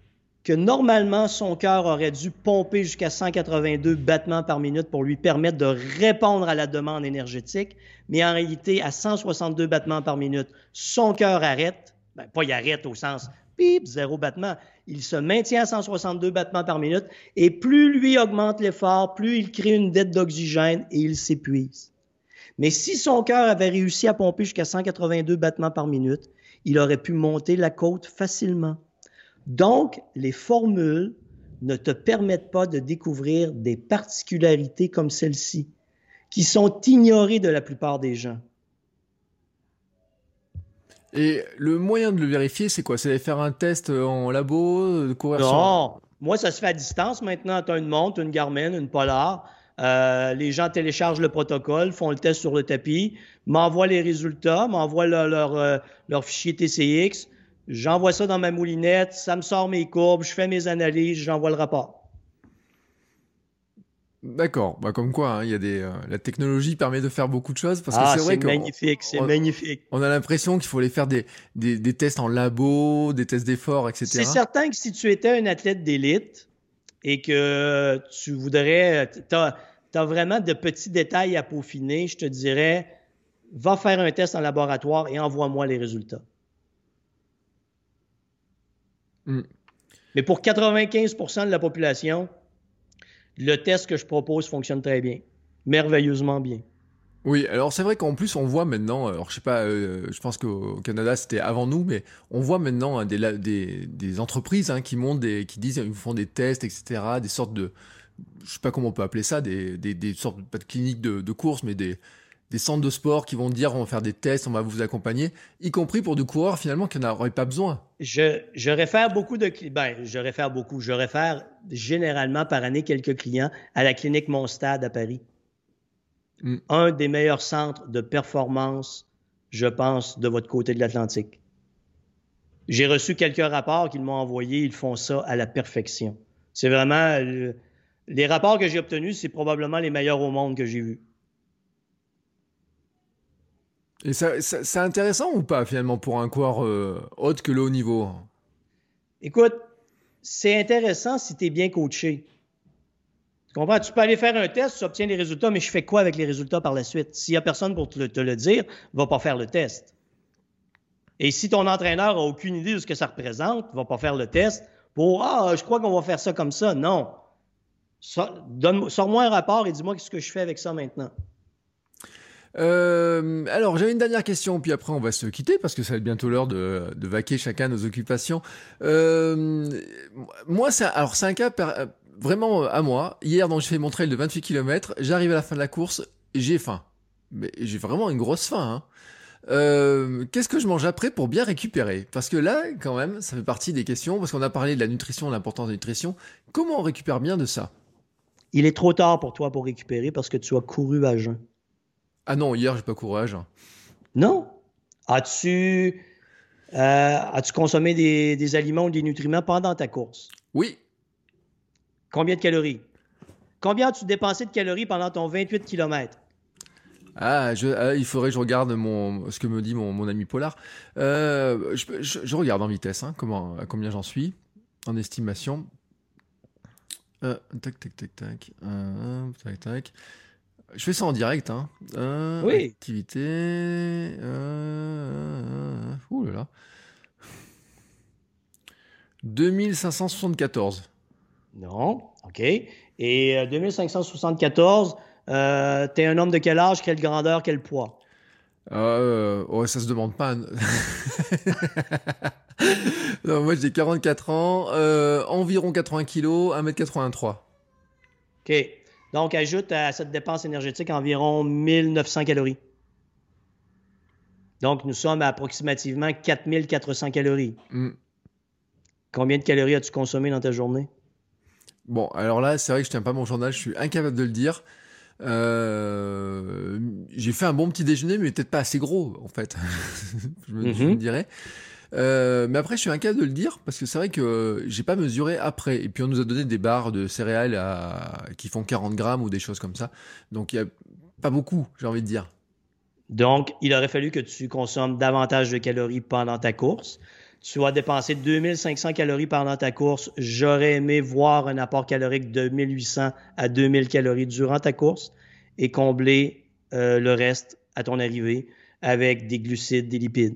Speaker 3: que normalement, son cœur aurait dû pomper jusqu'à cent quatre-vingt-deux battements par minute pour lui permettre de répondre à la demande énergétique, mais en réalité, à cent soixante-deux battements par minute, son cœur arrête, ben, pas il arrête au sens pip, zéro battement, il se maintient à cent soixante-deux battements par minute, et plus lui augmente l'effort, plus il crée une dette d'oxygène et il s'épuise. Mais si son cœur avait réussi à pomper jusqu'à cent quatre-vingt-deux battements par minute, il aurait pu monter la côte facilement. Donc, les formules ne te permettent pas de découvrir des particularités comme celle-ci, qui sont ignorées de la plupart des gens.
Speaker 2: Et le moyen de le vérifier, c'est quoi? C'est d'aller faire un test en labo, de courir
Speaker 3: Non,
Speaker 2: sur...
Speaker 3: moi, ça se fait à distance maintenant. Tu as une montre, une Garmin, une Polar. Euh, les gens téléchargent le protocole, font le test sur le tapis, m'envoient les résultats, m'envoient leur, leur, euh, leur fichier T C X. J'envoie ça dans ma moulinette, ça me sort mes courbes, je fais mes analyses, j'envoie le rapport.
Speaker 2: D'accord, bah, comme quoi, hein, y a des, euh, la technologie permet de faire beaucoup de choses, parce que
Speaker 3: Ah,
Speaker 2: c'est vrai
Speaker 3: c'est
Speaker 2: que
Speaker 3: magnifique, c'est
Speaker 2: on,
Speaker 3: magnifique.
Speaker 2: on a l'impression qu'il faut aller faire des, des, des tests en labo, des tests d'effort, et cetera.
Speaker 3: C'est certain que si tu étais un athlète d'élite et que tu voudrais, tu as vraiment de petits détails à peaufiner, je te dirais, va faire un test en laboratoire et envoie-moi les résultats. Mm. Mais pour quatre-vingt-quinze pour cent de la population, le test que je propose fonctionne très bien, merveilleusement bien.
Speaker 2: Oui, alors c'est vrai qu'en plus on voit maintenant, alors je sais pas, euh, je pense qu'au Canada c'était avant nous, mais on voit maintenant hein, des, des, des entreprises hein, qui montent, des, qui disent, ils font des tests, et cetera, des sortes de, je sais pas comment on peut appeler ça, des, des, des sortes, pas de cliniques de, de course, mais des, des centres de sport qui vont dire on va faire des tests, on va vous accompagner, y compris pour des coureurs finalement qui n'en auraient pas besoin.
Speaker 3: Je, je réfère beaucoup de ben, je réfère beaucoup, je réfère généralement par année quelques clients à la clinique Monstade à Paris. Mm. Un des meilleurs centres de performance, je pense, de votre côté de l'Atlantique. J'ai reçu quelques rapports qu'ils m'ont envoyés, ils font ça à la perfection. C'est vraiment, le, les rapports que j'ai obtenus, c'est probablement les meilleurs au monde que j'ai vus.
Speaker 2: Et ça, ça, c'est intéressant ou pas, finalement, pour un coureur euh, autre que le haut niveau?
Speaker 3: Écoute, c'est intéressant si tu es bien coaché. Tu comprends? Tu peux aller faire un test, tu obtiens les résultats, mais je fais quoi avec les résultats par la suite? S'il n'y a personne pour te le, te le dire, va pas faire le test. Et si ton entraîneur n'a aucune idée de ce que ça représente, va pas faire le test pour « Ah, je crois qu'on va faire ça comme ça ». Non. Sors, donne, sors-moi un rapport et dis-moi ce que je fais avec ça maintenant.
Speaker 2: Euh, alors j'avais une dernière question, puis après on va se quitter parce que ça va être bientôt l'heure de, de vaquer chacun nos occupations. Euh, moi, c'est, alors c'est un cas per, vraiment à moi. Hier, donc j'ai fait mon trail de vingt-huit kilomètres, j'arrive à la fin de la course, j'ai faim. Mais j'ai vraiment une grosse faim. Hein. Euh, qu'est-ce que je mange après pour bien récupérer? Parce que là, quand même, ça fait partie des questions, parce qu'on a parlé de la nutrition, de l'importance de la nutrition. Comment on récupère bien de ça?
Speaker 3: Il est trop tard pour toi pour récupérer parce que tu as couru à jeun.
Speaker 2: Ah non, hier, j'ai pas couru à jeun.
Speaker 3: Non. As-tu, euh, as-tu consommé des, des aliments ou des nutriments pendant ta course?
Speaker 2: Oui.
Speaker 3: Combien de calories? Combien as-tu dépensé de calories pendant ton vingt-huit kilomètres?
Speaker 2: Ah, je, ah, il faudrait que je regarde mon, ce que me dit mon, mon ami Polar. Euh, je, je, je regarde en vitesse, hein, comment, à combien j'en suis, en estimation. Euh, tac, tac, tac, tac. Euh, tac, tac. Je fais ça en direct, hein. Euh,
Speaker 3: oui.
Speaker 2: Activité. Euh, euh, ouh là là. deux mille cinq cent soixante-quatorze.
Speaker 3: Non, OK. Et euh, deux mille cinq cent soixante-quatorze, euh, t'es un homme de quel âge, quelle grandeur, quel poids?
Speaker 2: Euh, oh, ça se demande pas. Non, moi j'ai quarante-quatre ans, euh, environ quatre-vingts kilos, un mètre quatre-vingt-trois.
Speaker 3: OK. Donc, ajoute à cette dépense énergétique environ mille neuf cents calories. Donc, nous sommes à approximativement quatre mille quatre cents calories. Mm. Combien de calories as-tu consommé dans ta journée?
Speaker 2: Bon, alors là, c'est vrai que je tiens pas mon journal, je suis incapable de le dire. Euh, j'ai fait un bon petit déjeuner, mais peut-être pas assez gros, en fait. je, me, mm-hmm. je me dirais. Euh, mais après, je suis incapable de le dire parce que c'est vrai que j'ai pas mesuré après. Et puis, on nous a donné des barres de céréales à, qui font quarante grammes ou des choses comme ça. Donc, il y a pas beaucoup, j'ai envie de dire.
Speaker 3: Donc, il aurait fallu que tu consommes davantage de calories pendant ta course. Tu vas dépenser deux mille cinq cents calories pendant ta course. J'aurais aimé voir un apport calorique de mille huit cents à deux mille calories durant ta course et combler euh, le reste à ton arrivée avec des glucides, des lipides.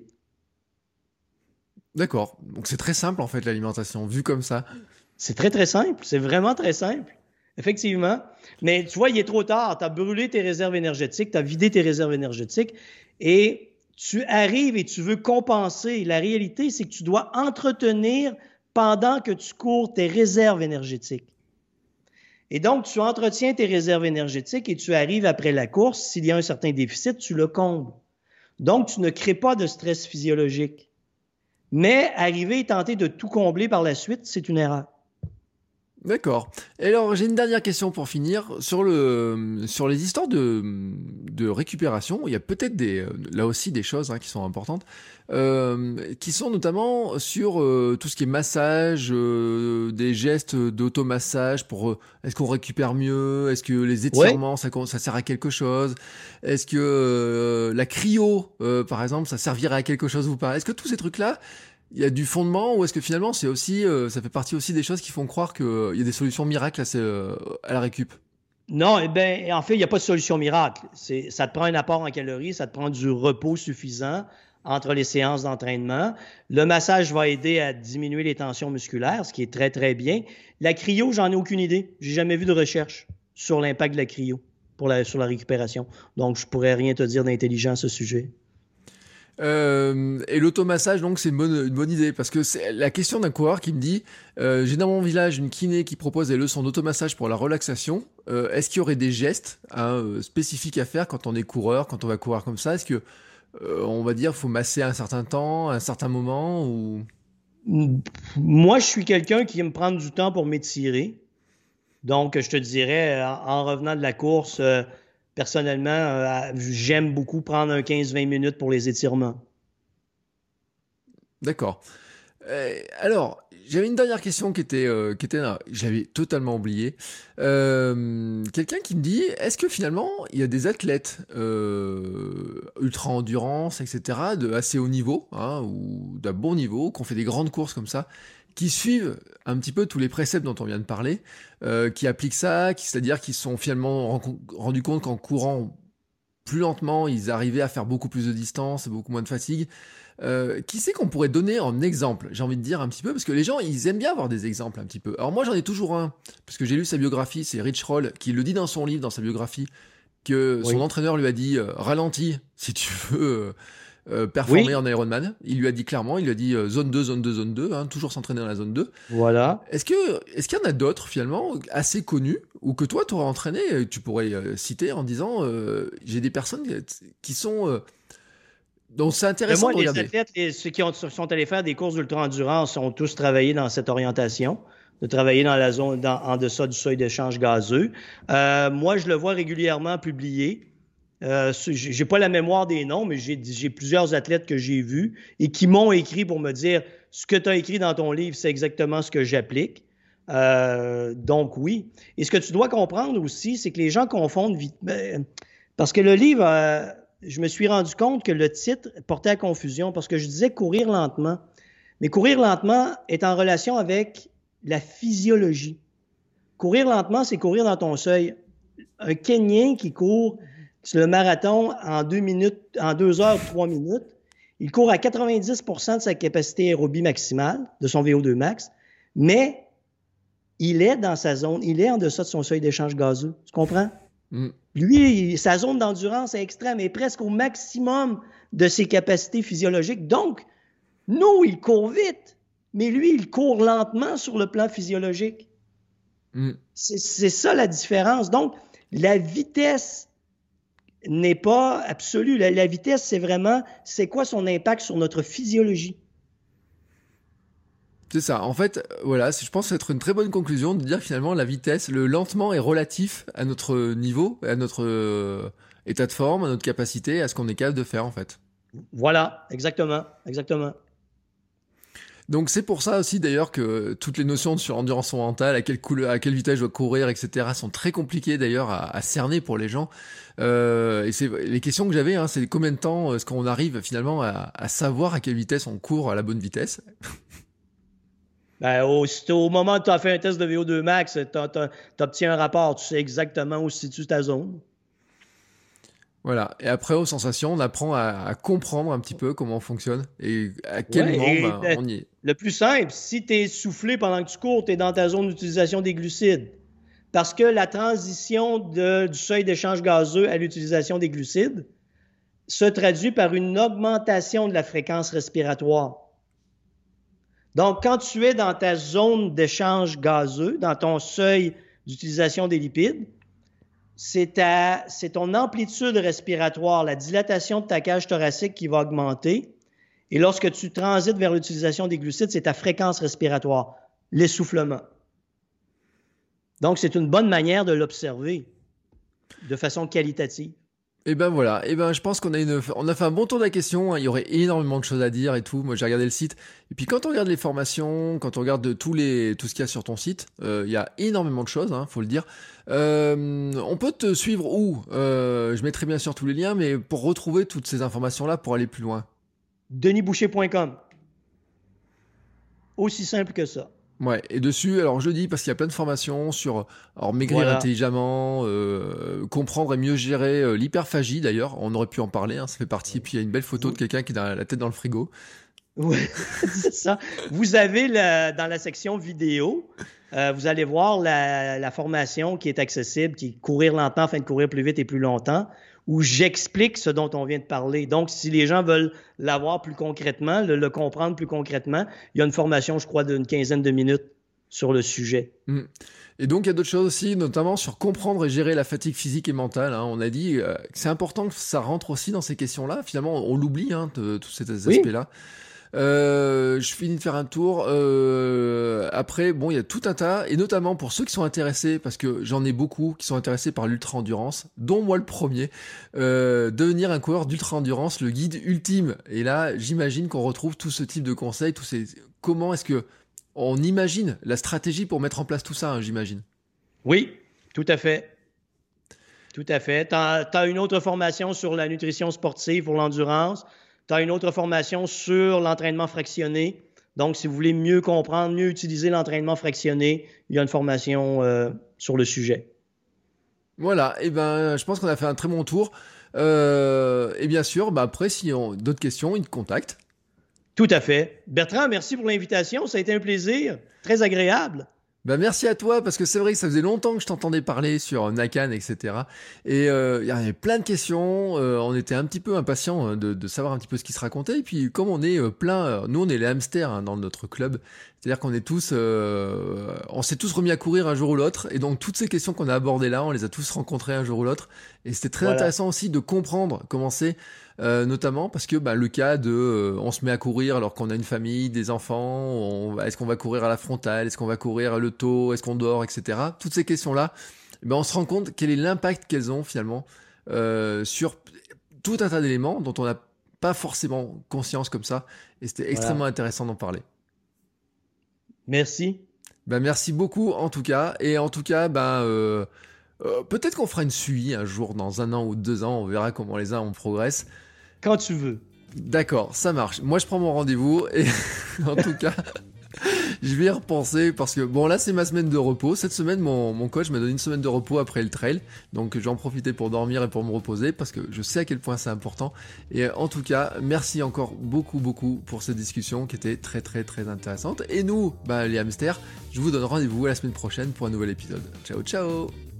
Speaker 2: D'accord. Donc c'est très simple en fait l'alimentation, vu comme ça.
Speaker 3: C'est très, très simple. C'est vraiment très simple. Effectivement. Mais tu vois, il est trop tard. Tu as brûlé tes réserves énergétiques, tu as vidé tes réserves énergétiques et tu arrives et tu veux compenser. La réalité, c'est que tu dois entretenir pendant que tu cours tes réserves énergétiques. Et donc, tu entretiens tes réserves énergétiques et tu arrives après la course. S'il y a un certain déficit, tu le combles. Donc, tu ne crées pas de stress physiologique. Mais arriver et tenter de tout combler par la suite, c'est une erreur.
Speaker 2: D'accord. Et alors, j'ai une dernière question pour finir. Sur, le, sur les histoires de, de récupération, il y a peut-être des, là aussi des choses hein, qui sont importantes, euh, qui sont notamment sur euh, tout ce qui est massage, euh, des gestes d'automassage pour... Euh, est-ce qu'on récupère mieux? Est-ce que les étirements, ouais. ça, ça sert à quelque chose? Est-ce que euh, la cryo, euh, par exemple, ça servirait à quelque chose ou pas? Est-ce que tous ces trucs-là, il y a du fondement ou est-ce que finalement c'est aussi, euh, ça fait partie aussi des choses qui font croire qu'il euh, y a des solutions miracles à, ces, euh, à la récup?
Speaker 3: Non, eh bien, en fait, il n'y a pas de solution miracle. C'est, ça te prend un apport en calories, ça te prend du repos suffisant entre les séances d'entraînement. Le massage va aider à diminuer les tensions musculaires, ce qui est très, très bien. La cryo, j'en ai aucune idée. J'ai jamais vu de recherche sur l'impact de la cryo pour la, sur la récupération. Donc, je pourrais rien te dire d'intelligent à ce sujet.
Speaker 2: Euh, et l'automassage, donc, c'est une bonne, une bonne idée parce que c'est la question d'un coureur qui me dit euh, j'ai dans mon village une kiné qui propose des leçons d'automassage pour la relaxation. Euh, est-ce qu'il y aurait des gestes hein, spécifiques à faire quand on est coureur, quand on va courir comme ça? Est-ce que euh, on va dire faut masser un certain temps, un certain moment ou...
Speaker 3: Moi, je suis quelqu'un qui aime prendre du temps pour m'étirer. Donc, je te dirais, en, en revenant de la course, euh, personnellement, euh, j'aime beaucoup prendre un quinze vingt minutes pour les étirements.
Speaker 2: D'accord. Euh, alors, j'avais une dernière question qui était, euh, qui était là, j'avais totalement oublié. Euh, quelqu'un qui me dit, est-ce que finalement, il y a des athlètes euh, ultra-endurance, et cetera, de assez haut niveau, hein, ou d'un bon niveau, qui ont fait des grandes courses comme ça, qui suivent un petit peu tous les préceptes dont on vient de parler, euh, qui appliquent ça, qui, c'est-à-dire qu'ils se sont finalement rendus compte qu'en courant plus lentement, ils arrivaient à faire beaucoup plus de distance, beaucoup moins de fatigue. Euh, qui c'est qu'on pourrait donner en exemple? J'ai envie de dire un petit peu, parce que les gens, ils aiment bien avoir des exemples un petit peu. Alors moi, j'en ai toujours un, parce que j'ai lu sa biographie, c'est Rich Roll, qui le dit dans son livre, dans sa biographie, que oui. son entraîneur lui a dit euh, « ralentis si tu veux euh, euh, performer oui. en Ironman ». Il lui a dit clairement, il lui a dit euh, « zone deux, zone deux, zone deux hein, », toujours s'entraîner dans la zone deux.
Speaker 3: Voilà.
Speaker 2: Est-ce que, est-ce qu'il y en a d'autres, finalement, assez connus, ou que toi, tu aurais entraîné, tu pourrais euh, citer en disant euh, « j'ai des personnes qui sont... Euh, » Donc, c'est intéressant
Speaker 3: moi,
Speaker 2: de regarder.
Speaker 3: Les athlètes, les, ceux qui ont, sont allés faire des courses d'ultra-endurance ont tous travaillé dans cette orientation, de travailler dans la zone, dans, en deçà du seuil d'échange gazeux. Euh, moi, je le vois régulièrement publié. Euh, j'ai pas la mémoire des noms, mais j'ai, j'ai plusieurs athlètes que j'ai vus et qui m'ont écrit pour me dire « ce que tu as écrit dans ton livre, c'est exactement ce que j'applique ». Euh, donc, oui. Et ce que tu dois comprendre aussi, c'est que les gens confondent vite. Parce que le livre... Euh, je me suis rendu compte que le titre portait à confusion parce que je disais courir lentement. Mais courir lentement est en relation avec la physiologie. Courir lentement, c'est courir dans ton seuil. Un Kenyan qui court le marathon en deux minutes, en deux heures, trois minutes, il court à quatre-vingt-dix pour cent de sa capacité aérobie maximale, de son V O deux max, mais il est dans sa zone, il est en deçà de son seuil d'échange gazeux. Tu comprends? Mm. Lui, sa zone d'endurance est extrême, est presque au maximum de ses capacités physiologiques. Donc, nous, il court vite, mais lui, il court lentement sur le plan physiologique. Mm. C'est, c'est ça la différence. Donc, la vitesse n'est pas absolue. La, la vitesse, c'est vraiment, c'est quoi son impact sur notre physiologie?
Speaker 2: C'est ça. En fait, voilà, je pense être une très bonne conclusion de dire que finalement la vitesse, le lentement est relatif à notre niveau, à notre euh, état de forme, à notre capacité, à ce qu'on est capable de faire en fait.
Speaker 3: Voilà, exactement, exactement.
Speaker 2: Donc c'est pour ça aussi d'ailleurs que toutes les notions de surendurance mentale, à quelle couleur, à quelle vitesse je dois courir, et cetera, sont très compliquées d'ailleurs à, à cerner pour les gens. Euh, et c'est les questions que j'avais, hein, c'est combien de temps est-ce qu'on arrive finalement à, à savoir à quelle vitesse on court à la bonne vitesse.
Speaker 3: Ben, au, au moment où tu as fait un test de V O deux max, tu obtiens un rapport, tu sais exactement où se situe ta zone.
Speaker 2: Voilà. Et après, aux sensations, on apprend à, à comprendre un petit peu comment on fonctionne et à quel
Speaker 3: Ouais,
Speaker 2: moment ben,
Speaker 3: le,
Speaker 2: on y est.
Speaker 3: Le plus simple, si tu es soufflé pendant que tu cours, tu es dans ta zone d'utilisation des glucides. Parce que la transition de, du seuil d'échange gazeux à l'utilisation des glucides se traduit par une augmentation de la fréquence respiratoire. Donc, quand tu es dans ta zone d'échange gazeux, dans ton seuil d'utilisation des lipides, c'est, ta, c'est ton amplitude respiratoire, la dilatation de ta cage thoracique qui va augmenter. Et lorsque tu transites vers l'utilisation des glucides, c'est ta fréquence respiratoire, l'essoufflement. Donc, c'est une bonne manière de l'observer de façon qualitative.
Speaker 2: Et ben voilà, et ben je pense qu'on a une, on a fait un bon tour de la question, hein. Il y aurait énormément de choses à dire et tout. Moi j'ai regardé le site, et puis quand on regarde les formations, quand on regarde de tous les, tout ce qu'il y a sur ton site, euh, il y a énormément de choses, hein, faut le dire. Euh, on peut te suivre où euh, je mettrai bien sûr tous les liens, mais pour retrouver toutes ces informations-là, pour aller plus loin.
Speaker 3: denis boucher point com. Aussi simple que ça.
Speaker 2: Ouais, et dessus, alors je le dis parce qu'il y a plein de formations sur alors maigrir
Speaker 3: voilà.
Speaker 2: intelligemment, euh, comprendre et mieux gérer euh, l'hyperphagie d'ailleurs, on aurait pu en parler, hein, ça fait partie. Puis il y a une belle photo de quelqu'un qui a la tête dans le frigo.
Speaker 3: Oui, c'est ça. Vous avez la, dans la section vidéo, euh, vous allez voir la, la formation qui est accessible, qui est courir lentement afin de courir plus vite et plus longtemps, où j'explique ce dont on vient de parler. Donc, si les gens veulent l'avoir plus concrètement, le, le comprendre plus concrètement, il y a une formation, je crois, d'une quinzaine de minutes sur le sujet.
Speaker 2: Mmh. Et donc, il y a d'autres choses aussi, notamment sur comprendre et gérer la fatigue physique et mentale. Hein. On a dit euh, que c'est important que ça rentre aussi dans ces questions-là. Finalement, on l'oublie, hein, tous ces aspects-là. Oui. Euh, je finis de faire un tour. Euh, après, bon, il y a tout un tas, et notamment pour ceux qui sont intéressés, parce que j'en ai beaucoup qui sont intéressés par l'ultra-endurance, dont moi le premier, euh, devenir un coureur d'ultra-endurance, le guide ultime. Et là, j'imagine qu'on retrouve tout ce type de conseils, tous ces... Comment est-ce que on imagine la stratégie pour mettre en place tout ça, hein, j'imagine.
Speaker 3: Oui, tout à fait. Tout à fait. Tu as une autre formation sur la nutrition sportive pour l'endurance. Tu as une autre formation sur l'entraînement fractionné. Donc, si vous voulez mieux comprendre, mieux utiliser l'entraînement fractionné, il y a une formation euh, sur le sujet.
Speaker 2: Voilà, et ben, je pense qu'on a fait un très bon tour. Euh, et bien sûr, ben après, s'ils ont d'autres questions, ils te contactent.
Speaker 3: Tout à fait. Bertrand, merci pour l'invitation. Ça a été un plaisir. Très agréable.
Speaker 2: Bah merci à toi, parce que c'est vrai que ça faisait longtemps que je t'entendais parler sur Nakan, et cetera. Et euh, il y avait plein de questions, euh, on était un petit peu impatients de, de savoir un petit peu ce qui se racontait. Et puis comme on est plein, nous on est les hamsters hein, dans notre club, c'est-à-dire qu'on est tous, euh, on s'est tous remis à courir un jour ou l'autre. Et donc toutes ces questions qu'on a abordées là, on les a tous rencontrées un jour ou l'autre. Et c'était très voilà. intéressant aussi de comprendre comment c'est. Euh, notamment parce que bah, le cas de euh, on se met à courir alors qu'on a une famille, des enfants, on, est-ce qu'on va courir à la frontale, est-ce qu'on va courir à le taux, est-ce qu'on dort, et cetera. Toutes ces questions-là, eh ben, on se rend compte quel est l'impact qu'elles ont finalement euh, sur tout un tas d'éléments dont on n'a pas forcément conscience comme ça. Et c'était extrêmement voilà. intéressant d'en parler.
Speaker 3: Merci.
Speaker 2: Ben, merci beaucoup en tout cas. Et en tout cas, ben, euh, euh, peut-être qu'on fera une suivi un jour, dans un an ou deux ans, on verra comment les uns on progresse.
Speaker 3: Quand tu veux.
Speaker 2: D'accord, ça marche. Moi, je prends mon rendez-vous et en tout cas, je vais y repenser parce que, bon, là, c'est ma semaine de repos. Cette semaine, mon, mon coach m'a donné une semaine de repos après le trail. Donc, je vais en profiter pour dormir et pour me reposer parce que je sais à quel point c'est important. Et en tout cas, merci encore beaucoup, beaucoup pour cette discussion qui était très, très, très intéressante. Et nous, bah, les hamsters, je vous donne rendez-vous à la semaine prochaine pour un nouvel épisode. Ciao, ciao!